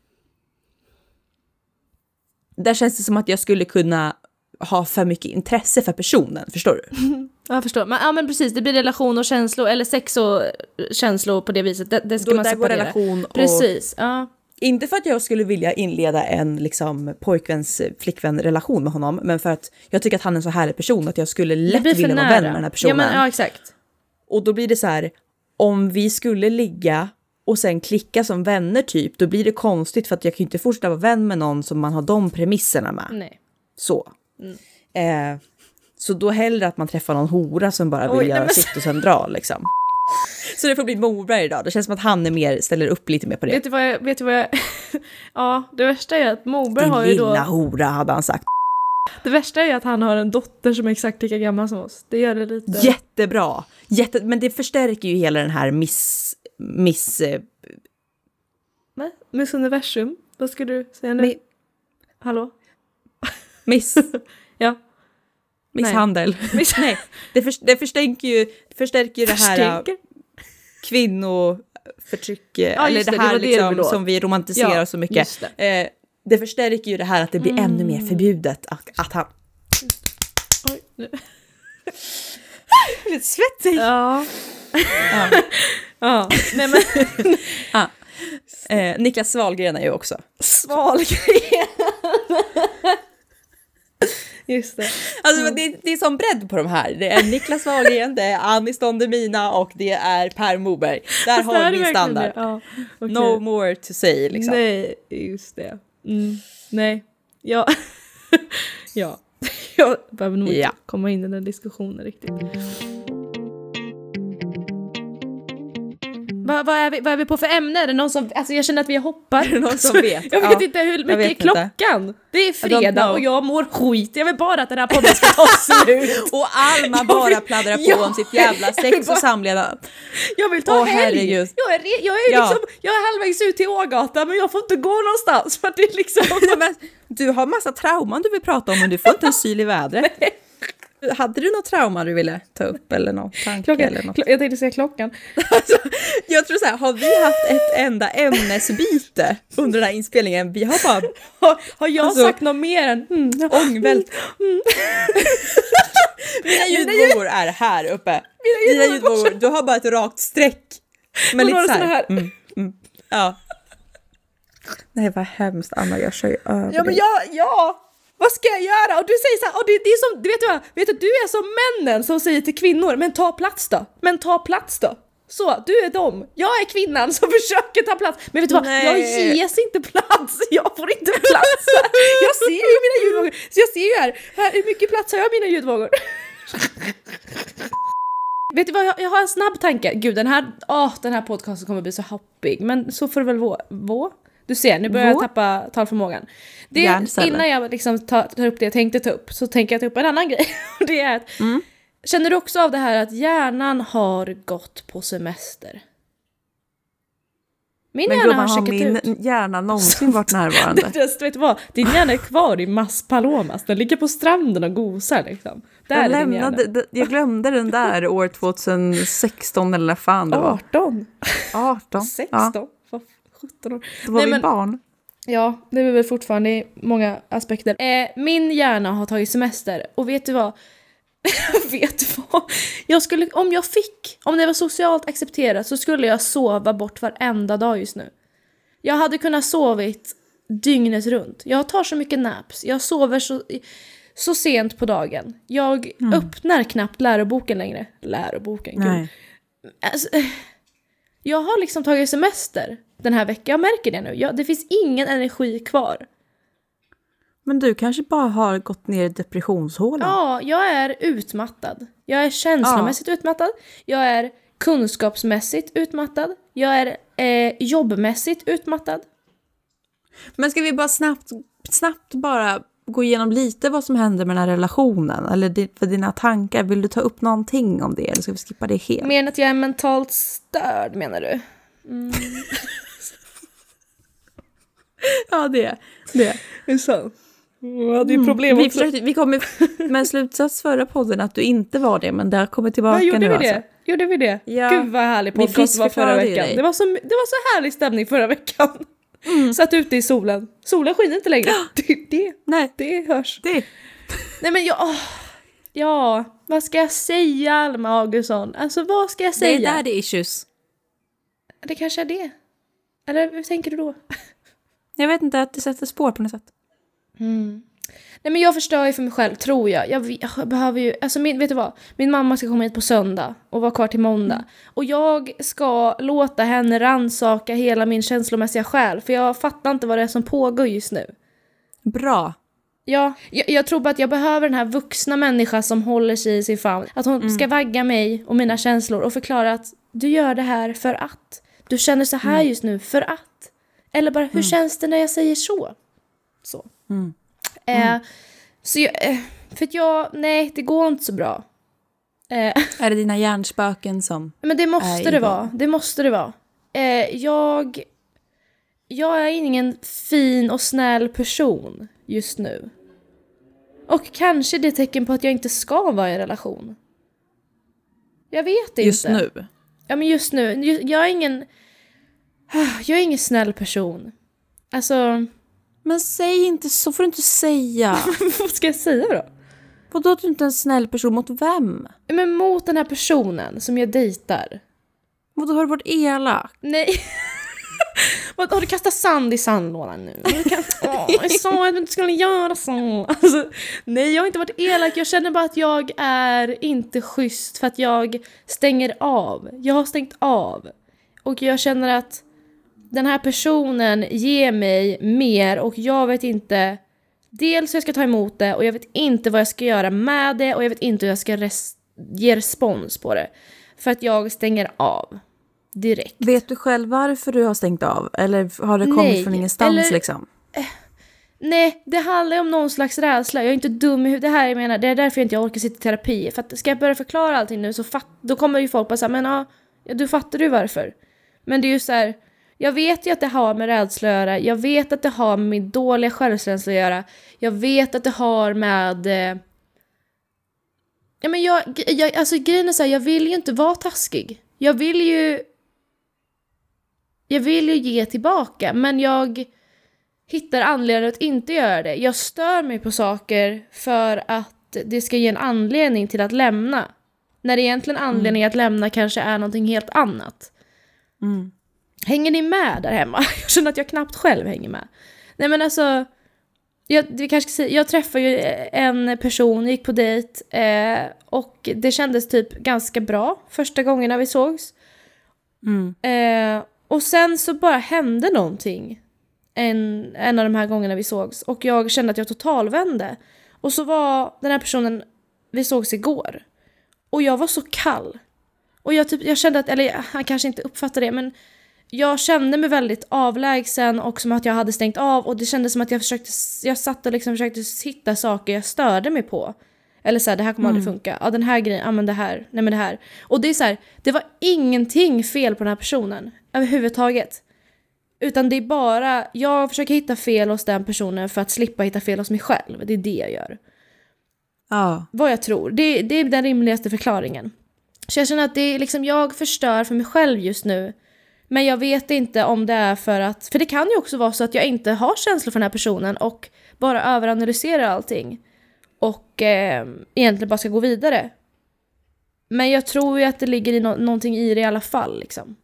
Där känns det som att jag skulle kunna ha för mycket intresse för personen. Förstår du? Jag förstår. Men, ja, men precis. Det blir relation och känslor. Eller sex och känslor på det viset. Det, det ska Då, man där går separera. Relation och... Precis, ja. Inte för att jag skulle vilja inleda en liksom, pojkväns flickvän relation med honom, men för att jag tycker att han är en så härlig person att jag skulle lätt vilja vara vän med den här personen. Ja, men, ja, exakt. Och då blir det så här, om vi skulle ligga och sen klicka som vänner typ, då blir det konstigt för att jag kan ju inte fortsätta vara vän med någon som man har de premisserna med. Nej. Så. Mm. Eh, så då hellre att man träffar någon hora som bara vill Oj, göra nej, men... sitt och sen dra liksom. Så det får bli Morberg idag. Det känns som att han är mer, ställer upp lite mer på det. Vet du vad jag... Vet du vad jag... ja, det värsta är att Morberg Din har ju då... lilla hora, hade han sagt. Det värsta är att han har en dotter som är exakt lika gammal som oss. Det gör det lite... Jättebra. Jätte... Men det förstärker ju hela den här miss... miss... Va? Miss Universum? Vad ska du säga nu? Mi... Hallå? Miss... ja. Misshandel. Nej, Nej det, för, det förstärker ju, förstärker ju det här kvinnoförtryck, ja, eller det, det här det liksom, det som vi romantiserar ja, så mycket. Det. Eh, det förstärker ju det här att det blir mm. ännu mer förbjudet att, att han... Oj, nu. Lite svettig. Ja. ja. ja. Nej, men... ja. Eh, Niklas Svalgren är ju också. Svalgren. Just det. Alltså mm. det, det är som bredd på de här. Det är Niklas Wahlgren, det är Anis Don Demina och det är Per Morberg. Där alltså, har vi min standard. Ja, okay. No more to say liksom. Nej, just det. Mm. Nej. Ja. ja. Jag behöver nog ja. komma in i den diskussionen riktigt. Vad, vad, är vi, vad är vi på för ämne? Är det någon som, alltså jag känner att vi hoppar. Är det någon som vet? Jag vet ja, inte hur mycket är klockan. Inte. Det är fredag och jag mår skit. Jag vill bara att den här podden ska ta slut. Och Alma bara vill, pladdrar på ja, om sitt jävla sex och samlevnad. Jag vill ta oh, helg. Jag är, jag är ja. liksom, jag är halvvägs ut till Ågatan, men jag får inte gå någonstans för det är liksom. Men, du har massa trauman du vill prata om, men du får inte en syl i vädret. Hade du något trauma du ville ta upp eller någon tanke klockan, eller något? Kl- jag tänkte säga klockan. Alltså, jag tror så här, har vi haft ett enda ämnesbyte under den här inspelningen? Vi har bara... Har, har jag alltså, sagt något mer än... Mm, ångvält. Mm. Mina ljudvågor är här uppe. Mina ljudvågor, du har bara ett rakt streck. Men lite så här. här. Mm, mm, ja. Nej, vad hemskt, Anna, jag kör ju över. Ja, men jag... Ja. Vad ska jag göra? Och du säger så här, och det, det är som, du vet du vad, vet du, du är som männen som säger till kvinnor, men ta plats då, men ta plats då. Så, du är dem. Jag är kvinnan som försöker ta plats. Men vet du vad, Nej. jag ges inte plats. Jag får inte plats. Jag ser ju mina ljudvågor. Så jag ser ju här, här hur mycket plats har jag mina ljudvågor? Vet du vad, jag, jag har en snabb tanke. Gud, den här, åh, den här podcasten kommer bli så hoppig. Men så får det väl vara. Vå? Du ser, nu börjar Vå? jag tappa talförmågan. Det, innan jag liksom tar, tar upp det jag tänkte ta upp, så tänker jag ta upp en annan grej. Och det är att, mm. känner du också av det här att hjärnan har gått på semester? Min Men hjärna har checkat min ut. min hjärna någonsin varit närvarande? det, vet du vad? Din hjärna är kvar i Maspalomas. Den ligger på stranden och gosar liksom. Där jag, lämnade, jag glömde den där år tjugohundrasexton eller när fan det var. arton arton sexton Ja. sjutton år Då var Nej, vi men, barn. Ja, det är väl fortfarande i många aspekter. Eh, min hjärna har tagit semester. Och vet du vad? vet du vad? Jag skulle, om jag fick, om det var socialt accepterat, så skulle jag sova bort varenda dag just nu. Jag hade kunnat sovit dygnet runt. Jag tar så mycket naps. Jag sover så, så sent på dagen. Jag mm. öppnar knappt läroboken längre. Läroboken, gud. Alltså, jag har liksom tagit semester den här veckan. Jag märker det nu. Jag, det finns ingen energi kvar. Men du kanske bara har gått ner i depressionshålan. Ja, jag är utmattad. Jag är känslomässigt ja. utmattad. Jag är kunskapsmässigt utmattad. Jag är eh, jobbmässigt utmattad. Men ska vi bara snabbt, snabbt bara gå igenom lite vad som händer med den här relationen? Eller för dina tankar, vill du ta upp någonting om det? Eller ska vi skippa det helt? Mer än att jag är mentalt störd, menar du? Mm. ja, det det. Det är så. Ja, det är problem mm. också. Vi, försökte, vi kom med en slutsats förra podden att du inte var det, men det har kommit tillbaka ja, nu. Vi alltså. det? Gjorde vi det? Ja. Gud vad härlig podcast var förra veckan. Det var, så, det var så härlig stämning förra veckan. Mm. Satt ute i solen. Solen skiner inte längre. Det, det, Nej. det hörs. Det. Nej men jag... Åh, ja, vad ska jag säga, Alma Augustsson? Alltså vad ska jag säga? Det är där det är issues. Det kanske är det. Eller hur tänker du då? Jag vet inte, att det sätter spår på något sätt. Mm. Nej men jag förstör ju för mig själv, tror jag. Jag, jag behöver ju, alltså min, vet du vad? Min mamma ska komma hit på söndag och vara kvar till måndag. Mm. Och jag ska låta henne ransaka hela min känslomässiga själ. För jag fattar inte vad det är som pågår just nu. Bra. Ja, jag, jag tror bara att jag behöver den här vuxna människan som håller sig i sin famn. Att hon mm. ska vagga mig och mina känslor och förklara att du gör det här för att. Du känner så här mm. just nu för att. Eller bara, hur mm. känns det när jag säger så? Så. Mm. Mm. Eh, så jag, för att jag, nej, det går inte så bra. Eh, är det dina hjärnspöken som Men det måste det vara. Det måste det vara. Eh, jag, jag är ingen fin och snäll person just nu. Och kanske det är tecken på att jag inte ska vara i en relation. Jag vet inte. Just nu? Ja, men just nu. Jag är ingen... Jag är ingen snäll person. Alltså... Men säg inte så, får du inte säga. Vad ska jag säga då? Vadå att du inte är en snäll person mot vem? Men mot den här personen som jag dejtar. Vadå, har du varit elak? Nej. Vad, har du kastat sand i sandlådan nu? Kan... Åh, jag sa att du inte skulle göra så. Alltså, nej, jag har inte varit elak. Jag känner bara att jag är inte schysst för att jag stänger av. Jag har stängt av. Och jag känner att den här personen ger mig mer och jag vet inte dels hur jag ska ta emot det och jag vet inte vad jag ska göra med det och jag vet inte hur jag ska res- ge respons på det. För att jag stänger av. direkt. Vet du själv varför du har stängt av? Eller har det kommit Nej, från ingenstans eller, liksom? Eh, nej, det handlar om någon slags rädsla. Jag är inte dum i huvudet. Det här jag menar, det är därför jag inte orkar sitta i terapi. För att ska jag börja förklara allting nu så fatt, då kommer ju folk bara säga, men ja, du fattar du varför. Men det är ju så här, jag vet ju att det har med rädsla att göra. Jag vet att det har med min dåliga självkänsla att göra. Jag vet att det har med... Eh, ja, men jag, jag, alltså grejen är så här, jag vill ju inte vara taskig. Jag vill ju... Jag vill ju ge tillbaka, men jag hittar anledning att inte göra det. Jag stör mig på saker för att det ska ge en anledning till att lämna. När egentligen anledning mm. att lämna kanske är någonting helt annat. Mm. Hänger ni med där hemma? Jag känner att jag knappt själv hänger med. Nej men alltså, jag, vi kanske ska säga, jag träffade ju en person, gick på dejt eh, och det kändes typ ganska bra första gångerna vi sågs. Mm. Eh, och sen så bara hände någonting en, en av de här gångerna vi sågs och jag kände att jag totalvände. Och så var den här personen, vi sågs igår och jag var så kall. Och jag, typ, jag kände att, eller han kanske inte uppfattade det, men jag kände mig väldigt avlägsen och som att jag hade stängt av. Och det kändes som att jag försökte, jag satt och liksom försökte hitta saker jag störde mig på. Eller så här, det här kommer mm. aldrig funka. Ja, den här grejen, ja men det här, nej men det här. Och det är så här, det var ingenting fel på den här personen överhuvudtaget. Utan det är bara, jag försöker hitta fel hos den personen för att slippa hitta fel hos mig själv. Det är det jag gör. Ja. Vad jag tror, det, det är den rimligaste förklaringen. Så jag känner att det är liksom, jag förstör för mig själv just nu. Men jag vet inte om det är för att... För det kan ju också vara så att jag inte har känslor för den här personen och bara överanalyserar allting. Och eh, egentligen bara ska gå vidare. Men jag tror ju att det ligger i no- någonting i det i alla fall. Liksom.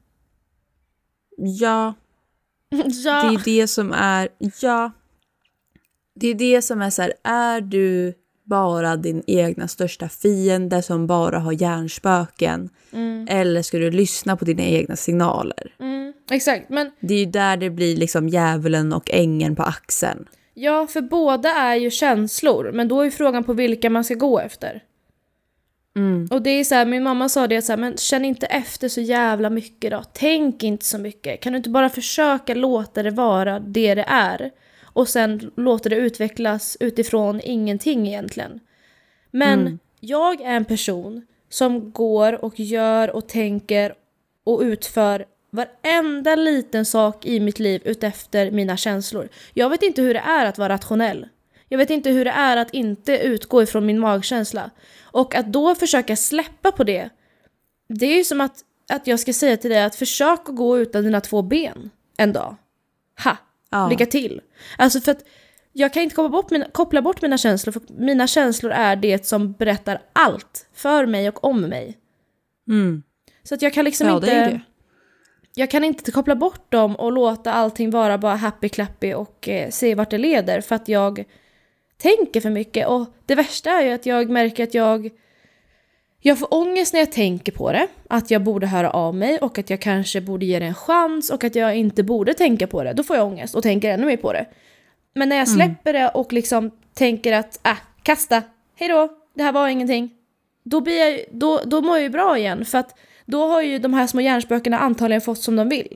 Ja. ja. Det är det som är... Ja. Det är det som är så här, är du bara din egna största fiende som bara har hjärnspöken? Mm. Eller ska du lyssna på dina egna signaler? Mm, exakt, men... Det är ju där det blir liksom djävulen och ängeln på axeln. Ja, för båda är ju känslor. Men då är ju frågan på vilka man ska gå efter. Mm. Och det är så här, min mamma sa det så här, men känn inte efter så jävla mycket då. Tänk inte så mycket. Kan du inte bara försöka låta det vara det det är? Och sen låta det utvecklas utifrån ingenting egentligen. Men mm. jag är en person som går och gör och tänker och utför varenda liten sak i mitt liv utefter mina känslor. Jag vet inte hur det är att vara rationell. Jag vet inte hur det är att inte utgå ifrån min magkänsla. Och att då försöka släppa på det. Det är ju som att, att jag ska säga till dig att försök att gå utan dina två ben en dag. Ha! Ja. Lycka till. Alltså för att jag kan inte koppla bort, mina, koppla bort mina känslor. För mina känslor är det som berättar allt för mig och om mig. Mm. Så att jag kan liksom ja, inte... Det är det. Jag kan inte koppla bort dem och låta allting vara bara happy-clappy och eh, se vart det leder. För att jag tänker för mycket. Och det värsta är ju att jag märker att jag... Jag får ångest när jag tänker på det. Att jag borde höra av mig och att jag kanske borde ge det en chans och att jag inte borde tänka på det. Då får jag ångest och tänker ännu mer på det. Men när jag släpper mm. det och liksom tänker att, ah, kasta, hej då, det här var ingenting. Då, blir jag, då, då mår jag ju bra igen. För att då har ju de här små hjärnspökena antagligen fått som de vill.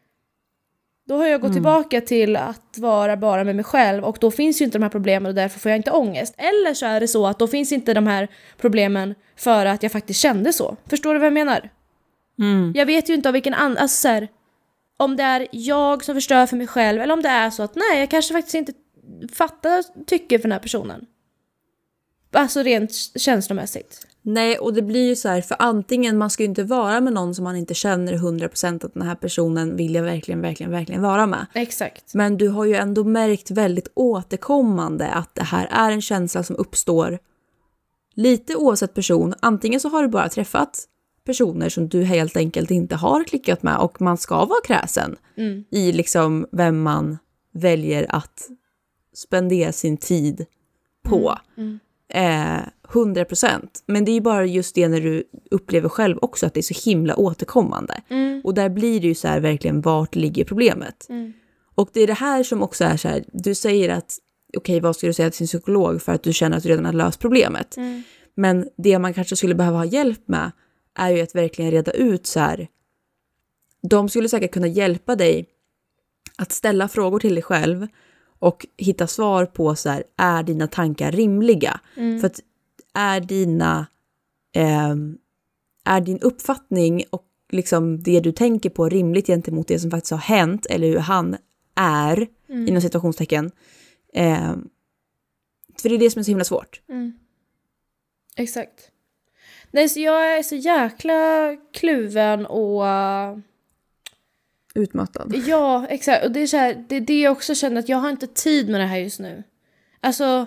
Då har jag gått mm. tillbaka till att vara bara med mig själv. Och då finns ju inte de här problemen och därför får jag inte ångest. Eller så är det så att då finns inte de här problemen för att jag faktiskt kände så. Förstår du vad jag menar? Mm. Jag vet ju inte av vilken annan... Alltså så här, om det är jag som förstör för mig själv. Eller om det är så att nej, jag kanske faktiskt inte fattar tycker för den här personen. Alltså rent känslomässigt. Nej, och det blir ju så här, för antingen man ska ju inte vara med någon som man inte känner hundra procent att den här personen vill jag verkligen, verkligen, verkligen vara med. Exakt. Men du har ju ändå märkt väldigt återkommande att det här är en känsla som uppstår lite oavsett person. Antingen så har du bara träffat personer som du helt enkelt inte har klickat med och man ska vara kräsen mm. i liksom vem man väljer att spendera sin tid på. Mm. Mm. Eh, hundra procent. Men det är ju bara just det när du upplever själv också att det är så himla återkommande. Mm. Och där blir det ju så här verkligen vart ligger problemet. Mm. Och det är det här som också är så här, du säger att okej, okay, vad ska du säga till sin psykolog för att du känner att du redan har löst problemet. Mm. Men det man kanske skulle behöva ha hjälp med är ju att verkligen reda ut så här, de skulle säkert kunna hjälpa dig att ställa frågor till dig själv och hitta svar på så här, är dina tankar rimliga? Mm. För att är dina eh, är din uppfattning och liksom det du tänker på rimligt gentemot det som faktiskt har hänt eller hur han är mm. inom situationstecken. Eh, för det är det som är så himla svårt. Mm. Exakt. Nej, så jag är så jäkla kluven och utmattad. Ja, exakt. Och det är så här, det är det jag också känner att jag har inte tid med det här just nu. Alltså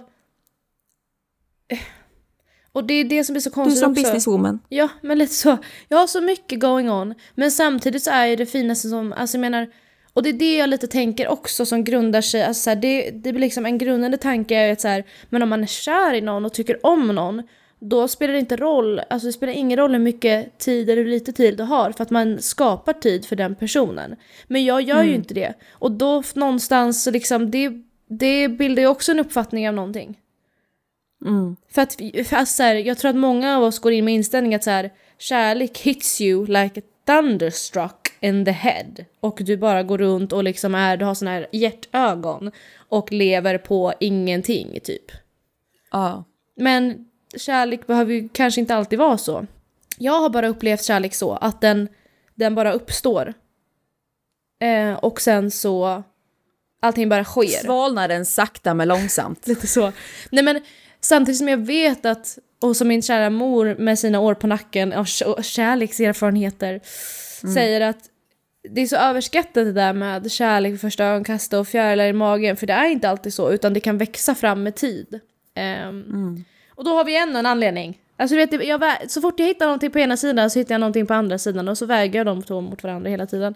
och det är det som är så konstigt. Du är som också. Businesswoman. Ja, men lite så. Jag har så mycket going on. Men samtidigt så är det finaste som, alltså jag menar, och det är det jag lite tänker också som grundar sig, alltså så här, det, det blir liksom en grundande tanke är att så här, men om man är kär i någon och tycker om någon, då spelar det inte roll, alltså det spelar ingen roll hur mycket tid eller hur lite tid du har, för att man skapar tid för den personen. Men jag gör mm. ju inte det. Och då någonstans så liksom, det, det bildar ju också en uppfattning av någonting. Mm. För att för alltså, så här, jag tror att många av oss går in med inställningen att så här, kärlek hits you like a thunderstruck in the head. Och du bara går runt och liksom är, du har såna här hjärtögon och lever på ingenting typ. Ja. Men kärlek behöver ju kanske inte alltid vara så. Jag har bara upplevt kärlek så att den, den bara uppstår. Eh, och sen så allting bara sker. Svalnar den sakta men långsamt. Lite så. Nej men samtidigt som jag vet att, och som min kära mor med sina år på nacken och kärlekserfarenheter mm. säger att det är så överskattat det där med kärlek för första ögonkastet och fjärilar i magen. För det är inte alltid så, utan det kan växa fram med tid. Um, mm. Och då har vi ännu en anledning. Alltså du vet, jag, så fort jag hittar någonting på ena sidan så hittar jag någonting på andra sidan. Och så väger jag de två mot varandra hela tiden.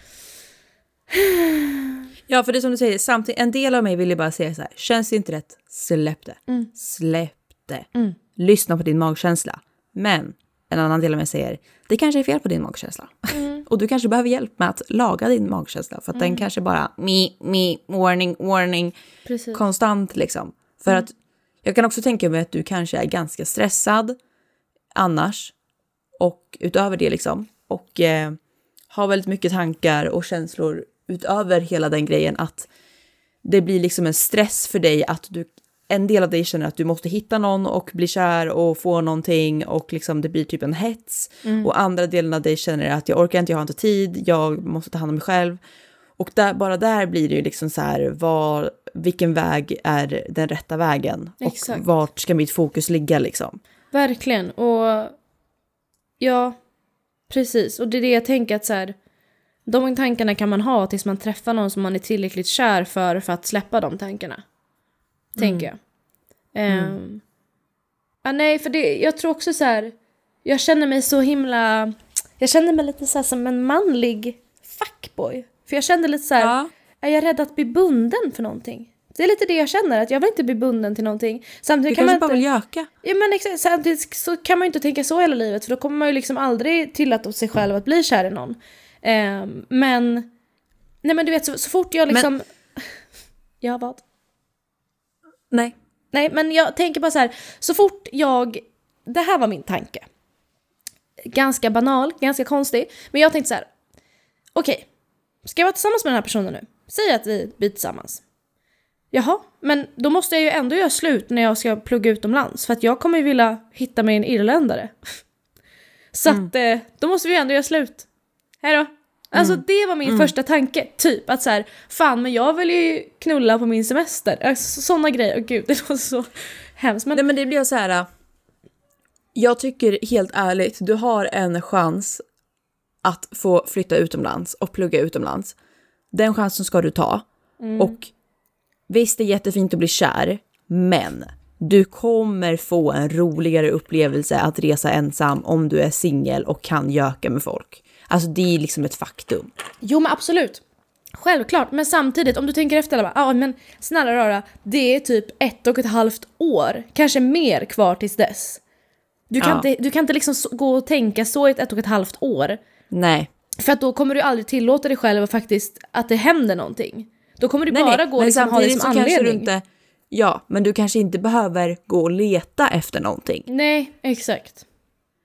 Ja, för det som du säger, samtidigt, en del av mig vill ju bara säga så här, känns det inte rätt, släpp det. Mm. Släpp det. Mm. Lyssna på din magkänsla. Men en annan del av mig säger, det kanske är fel på din magkänsla. Mm. Och du kanske behöver hjälp med att laga din magkänsla. För att mm. den kanske bara, me, me, warning, warning. Precis. Konstant liksom. För mm. att jag kan också tänka mig att du kanske är ganska stressad annars. Och utöver det liksom. Och eh, har väldigt mycket tankar och känslor utöver hela den grejen, att det blir liksom en stress för dig att du, en del av dig känner att du måste hitta någon och bli kär och få någonting och liksom det blir typ en hets mm. och andra delen av dig känner att jag orkar inte, jag har inte tid, jag måste ta hand om mig själv och där, bara där blir det ju liksom så här, var, vilken väg är den rätta vägen? Exakt. Och vart ska mitt fokus ligga liksom? Verkligen, och ja, precis, och det är det jag tänker att så här, de tankarna kan man ha tills man träffar någon som man är tillräckligt kär för för att släppa de tankarna. Mm. Tänker jag. Um, mm. ah, nej, för det, jag tror också så här, jag känner mig så himla, jag känner mig lite så här som en manlig fuckboy. För jag kände lite så här, ja. Är jag rädd att bli bunden för någonting? Det är lite det jag känner, att jag vill inte bli bunden till någonting. Samtidigt du kan kanske man bara inte, vill göka. Ja, men exakt, samtidigt så kan man ju inte tänka så hela livet, för då kommer man ju liksom aldrig tillåta sig själv att bli kär i någon. Um, men nej men du vet så, så fort jag liksom men... ja vad? Nej. Nej men jag tänker bara så här, så fort jag, det här var min tanke. Ganska banal, ganska konstig, men jag tänkte så här: okej, okay, ska jag vara tillsammans med den här personen nu? Säg att vi blir tillsammans. Jaha, men då måste jag ju ändå göra slut när jag ska plugga utomlands, för att jag kommer ju vilja hitta mig en irländare. Så mm. att eh, då måste vi ändå göra slut. Hejdå. Alltså mm. det var min mm. första tanke. Typ att så här, fan men jag vill ju knulla på min semester. Alltså, sådana grejer. Och gud, det var så hemskt. Men... Nej men det blir så här. Jag tycker helt ärligt, du har en chans att få flytta utomlands och plugga utomlands. Den chansen ska du ta. Mm. Och visst, det är jättefint att bli kär. Men du kommer få en roligare upplevelse att resa ensam om du är singel och kan göka med folk. Alltså det är liksom ett faktum. Jo men absolut. Självklart. Men samtidigt om du tänker efter, ja ah, men snälla röra, det är typ ett och ett halvt år. Kanske mer kvar tills dess. Du kan, ja. inte, du kan inte liksom gå och tänka så i ett, ett och ett halvt år. Nej. För att då kommer du aldrig tillåta dig själv faktiskt att det händer någonting. Då kommer du nej, bara nej. gå och liksom ha det som anledning. Du inte, ja, men du kanske inte behöver gå och leta efter någonting. Nej, exakt.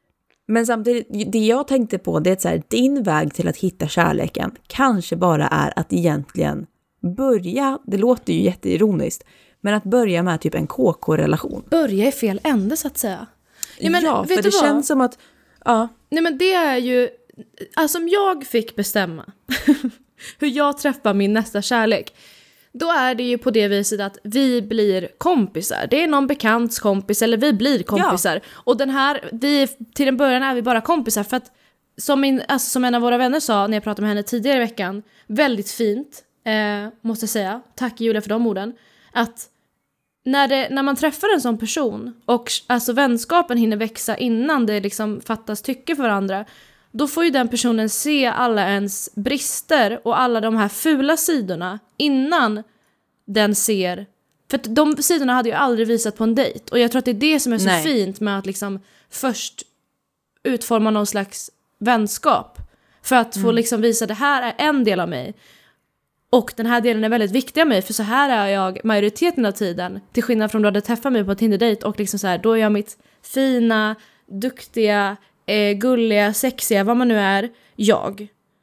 Men samtidigt, det jag tänkte på, det är att så här, din väg till att hitta kärleken kanske bara är att egentligen börja, det låter ju jätteironiskt, men att börja med typ en K K-relation. Börja i fel ände så att säga. Nej, men, ja, för det vad? Känns som att... Ja. Nej, men det är ju... Alltså om jag fick bestämma hur jag träffar min nästa kärlek, då är det ju på det viset att vi blir kompisar. Det är någon bekants kompis eller vi blir kompisar. Ja. Och den här, vi, till en början är vi bara kompisar för att som, min, alltså, som en av våra vänner sa när jag pratade med henne tidigare i veckan, väldigt fint, eh, måste jag säga. Tack Julia för de orden. Att när, det, när man träffar en sån person och alltså, vänskapen hinner växa innan det liksom fattas tycke för varandra, då får ju den personen se alla ens brister och alla de här fula sidorna innan den ser... För att de sidorna hade ju aldrig visat på en dejt. Och jag tror att det är det som är så Nej. fint med att liksom först utforma någon slags vänskap. För att få mm. liksom visa det här är en del av mig. Och den här delen är väldigt viktig av mig. För så här är jag majoriteten av tiden. Till skillnad från då du hade träffat mig på en Tinder-dejt. Och liksom så här, då är jag mitt fina, duktiga... Eh, gulliga, sexiga, vad man nu är, jag.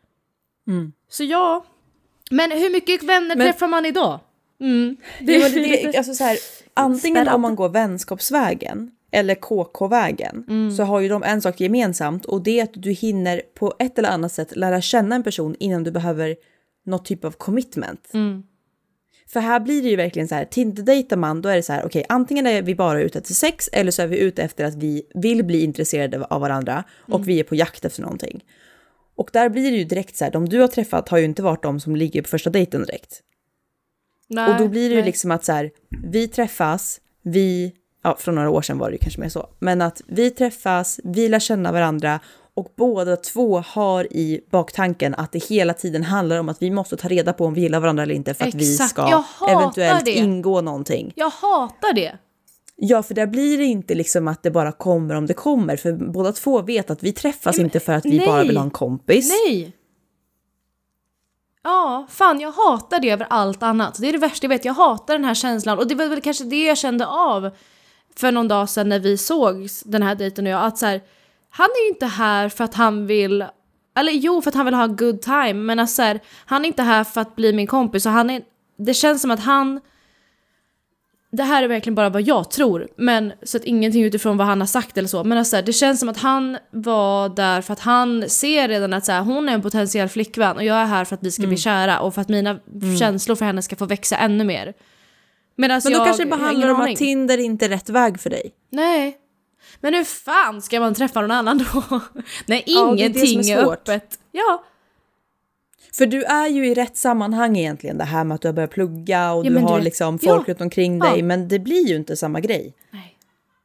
Mm. Så ja. Men hur mycket vänner men, träffar man idag? Mm. Det, det, det, alltså så här, antingen Spännande. Om man går vänskapsvägen eller K K-vägen mm. så har ju de en sak gemensamt och det är att du hinner på ett eller annat sätt lära känna en person innan du behöver något typ av commitment. Mm. För här blir det ju verkligen så här, Tinder-dejtar man, då är det så här, okej, okay, antingen är vi bara ute efter sex eller så är vi ute efter att vi vill bli intresserade av varandra och mm. vi är på jakt efter någonting. Och där blir det ju direkt så här, de du har träffat har ju inte varit de som ligger på första dejten direkt. Nej, och då blir det ju nej. liksom att så här, vi träffas, vi, ja från några år sedan var det ju kanske mer så, men att vi träffas, vi lär känna varandra. Och båda två har i baktanken att det hela tiden handlar om att vi måste ta reda på om vi gillar varandra eller inte för att Exakt. vi ska eventuellt det. ingå någonting. Jag hatar det. Ja, för där blir det inte liksom att det bara kommer om det kommer. För båda två vet att vi träffas men, inte för att vi nej. bara vill ha en kompis. Nej. Ja, fan jag hatar det över allt annat. Det är det värsta jag vet. Jag hatar den här känslan. Och det var väl kanske det jag kände av för någon dag sedan när vi såg den här dejten och jag. Att så här, han är ju inte här för att han vill... Eller jo, för att han vill ha good time. Men alltså här, han är inte här för att bli min kompis. Och han är, det känns som att han... Det här är verkligen bara vad jag tror. Men så att ingenting utifrån vad han har sagt eller så. Men alltså här, det känns som att han var där för att han ser redan att så här, hon är en potentiell flickvän. Och jag är här för att vi ska mm. bli kära. Och för att mina mm. känslor för henne ska få växa ännu mer. Men då jag, kanske det bara handlar om att Tinder inte är rätt väg för dig. Nej. Men hur fan ska man träffa någon annan då? Nej, ingenting ja, är, är öppet. Ja. För du är ju i rätt sammanhang egentligen. Det här med att du har börjat plugga och ja, du har du... liksom folk ja. runt omkring dig. Ja. Men det blir ju inte samma grej. Nej.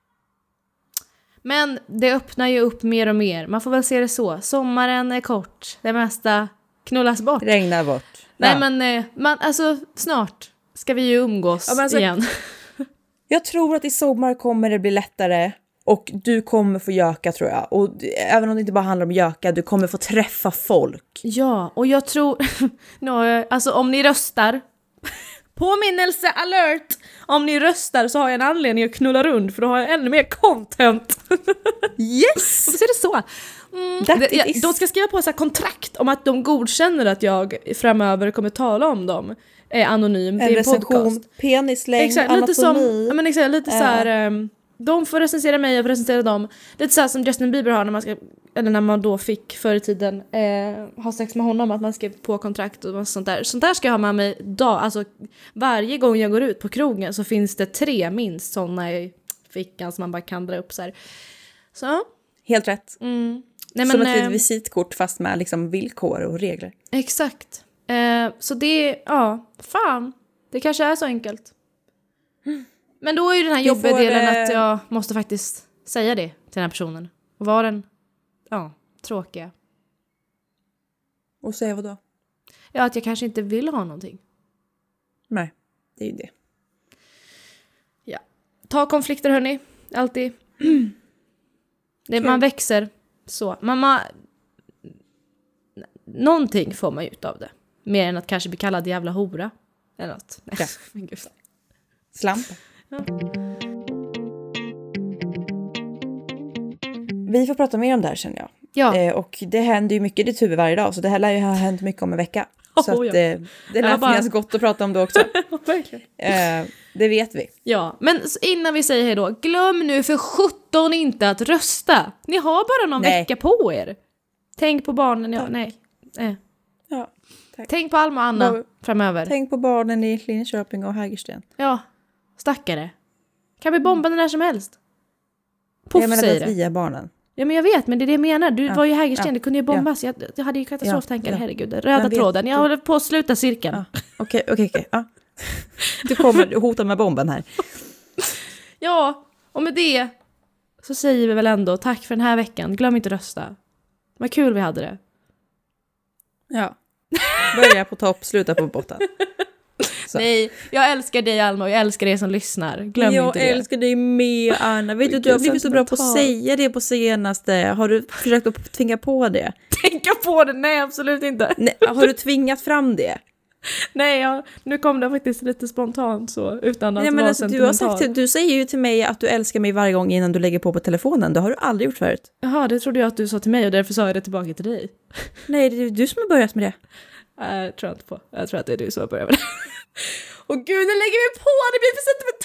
Men det öppnar ju upp mer och mer. Man får väl se det så. Sommaren är kort. Det mesta knullas bort. Regnar bort. Nej, ja. men man, alltså snart ska vi ju umgås ja, alltså, igen. Jag tror att i sommar kommer det bli lättare. Och du kommer få göka, tror jag. Och även om det inte bara handlar om göka, du kommer få träffa folk. Ja, och jag tror... no, alltså om ni röstar... Påminnelse, alert! Om ni röstar så har jag en anledning att knulla runt. För då har jag ännu mer content. Yes! Så är det så. Mm, det, jag, is... De ska skriva på så här kontrakt om att de godkänner att jag framöver kommer tala om dem. Eh, anonym. En det är en podcast. Penislängd, exakt, anatomi. Lite, som, ja, men exakt, lite äh. så här... Um, de får recensera mig och recensera dem. Lite så här som Justin Bieber har när man ska, eller när man då fick förr i tiden eh, ha sex med honom, att man skrev på kontrakt och sånt där. Sånt där ska jag ha med mig dag. Alltså varje gång jag går ut på krogen så finns det tre minst såna i fickan som man bara kan dra upp så här. Så. Helt rätt. Mm. Nej, men, som ett litet eh, visitkort fast med liksom villkor och regler. Exakt. Eh, så det, ja, fan. Det kanske är så enkelt. Mm. Men då är ju den här jobbiga delen eh... att jag måste faktiskt säga det till den här personen. Och vara den, ja, tråkiga. Och säga vad då? Ja, att jag kanske inte vill ha någonting. Nej, det är ju det. Ja. Ta konflikter, hörni. Alltid. det, man växer så. Mamma... Någonting får man ut av det. Mer än att kanske bli kallad jävla hora. Eller något. Ja. Slampa. Ja. Vi får prata mer om det här, känner jag. Ja. Eh, och det händer ju mycket i ditt huvud varje dag. Så det här lär ju ha hänt mycket om en vecka. Oh, så att, ja. eh, det lär bara... finnas gott att prata om då också. Verkligen. Eh, det vet vi. Ja, men innan vi säger hej då. Glöm nu för sjutton inte att rösta. Ni har bara någon Nej. vecka på er. Tänk på barnen. Ja, nej. Eh. Ja, tack. Tänk på Alma och Anna Var... framöver. Tänk på barnen i Linköping och Hägersten. Ja, stackare. Kan vi bomba den när som helst? Puff, jag menar säger att vi är barnen. Ja, men jag vet, men det är det jag menar. Du ja. var ju Hägersten, ja. det kunde ju bombas. Jag, jag hade ju katastroftankar, ja. ja. herregud. Röda tråden, jag håller på att sluta cirkeln. Ja. Okej, okej, okej. Ja. Du kommer hota med bomben här. Ja, och med det så säger vi väl ändå tack för den här veckan. Glöm inte rösta. Vad kul vi hade det. Ja. Börja på topp, sluta på botten. Så. Nej, jag älskar dig Alma och jag älskar dig som lyssnar. Glöm jag inte det. Jag älskar dig med Anna. Vet du, du har blivit så bra på att säga det på senaste. Har du försökt att tvinga på det? Tänka på det? Nej, absolut inte. Nej, har du tvingat fram det? Nej, jag, nu kom det faktiskt lite spontant så utan att Nej, men vara alltså, du, har sagt, du säger ju till mig att du älskar mig varje gång innan du lägger på på telefonen. Det har du aldrig gjort förut. Jaha, det trodde jag att du sa till mig och därför sa jag det tillbaka till dig. Nej, det är du som har börjat med det. Jag tror inte på. Jag tror att det är du som har börjat med det. Och gud, nu lägger vi på! Det blir för sentimentalt!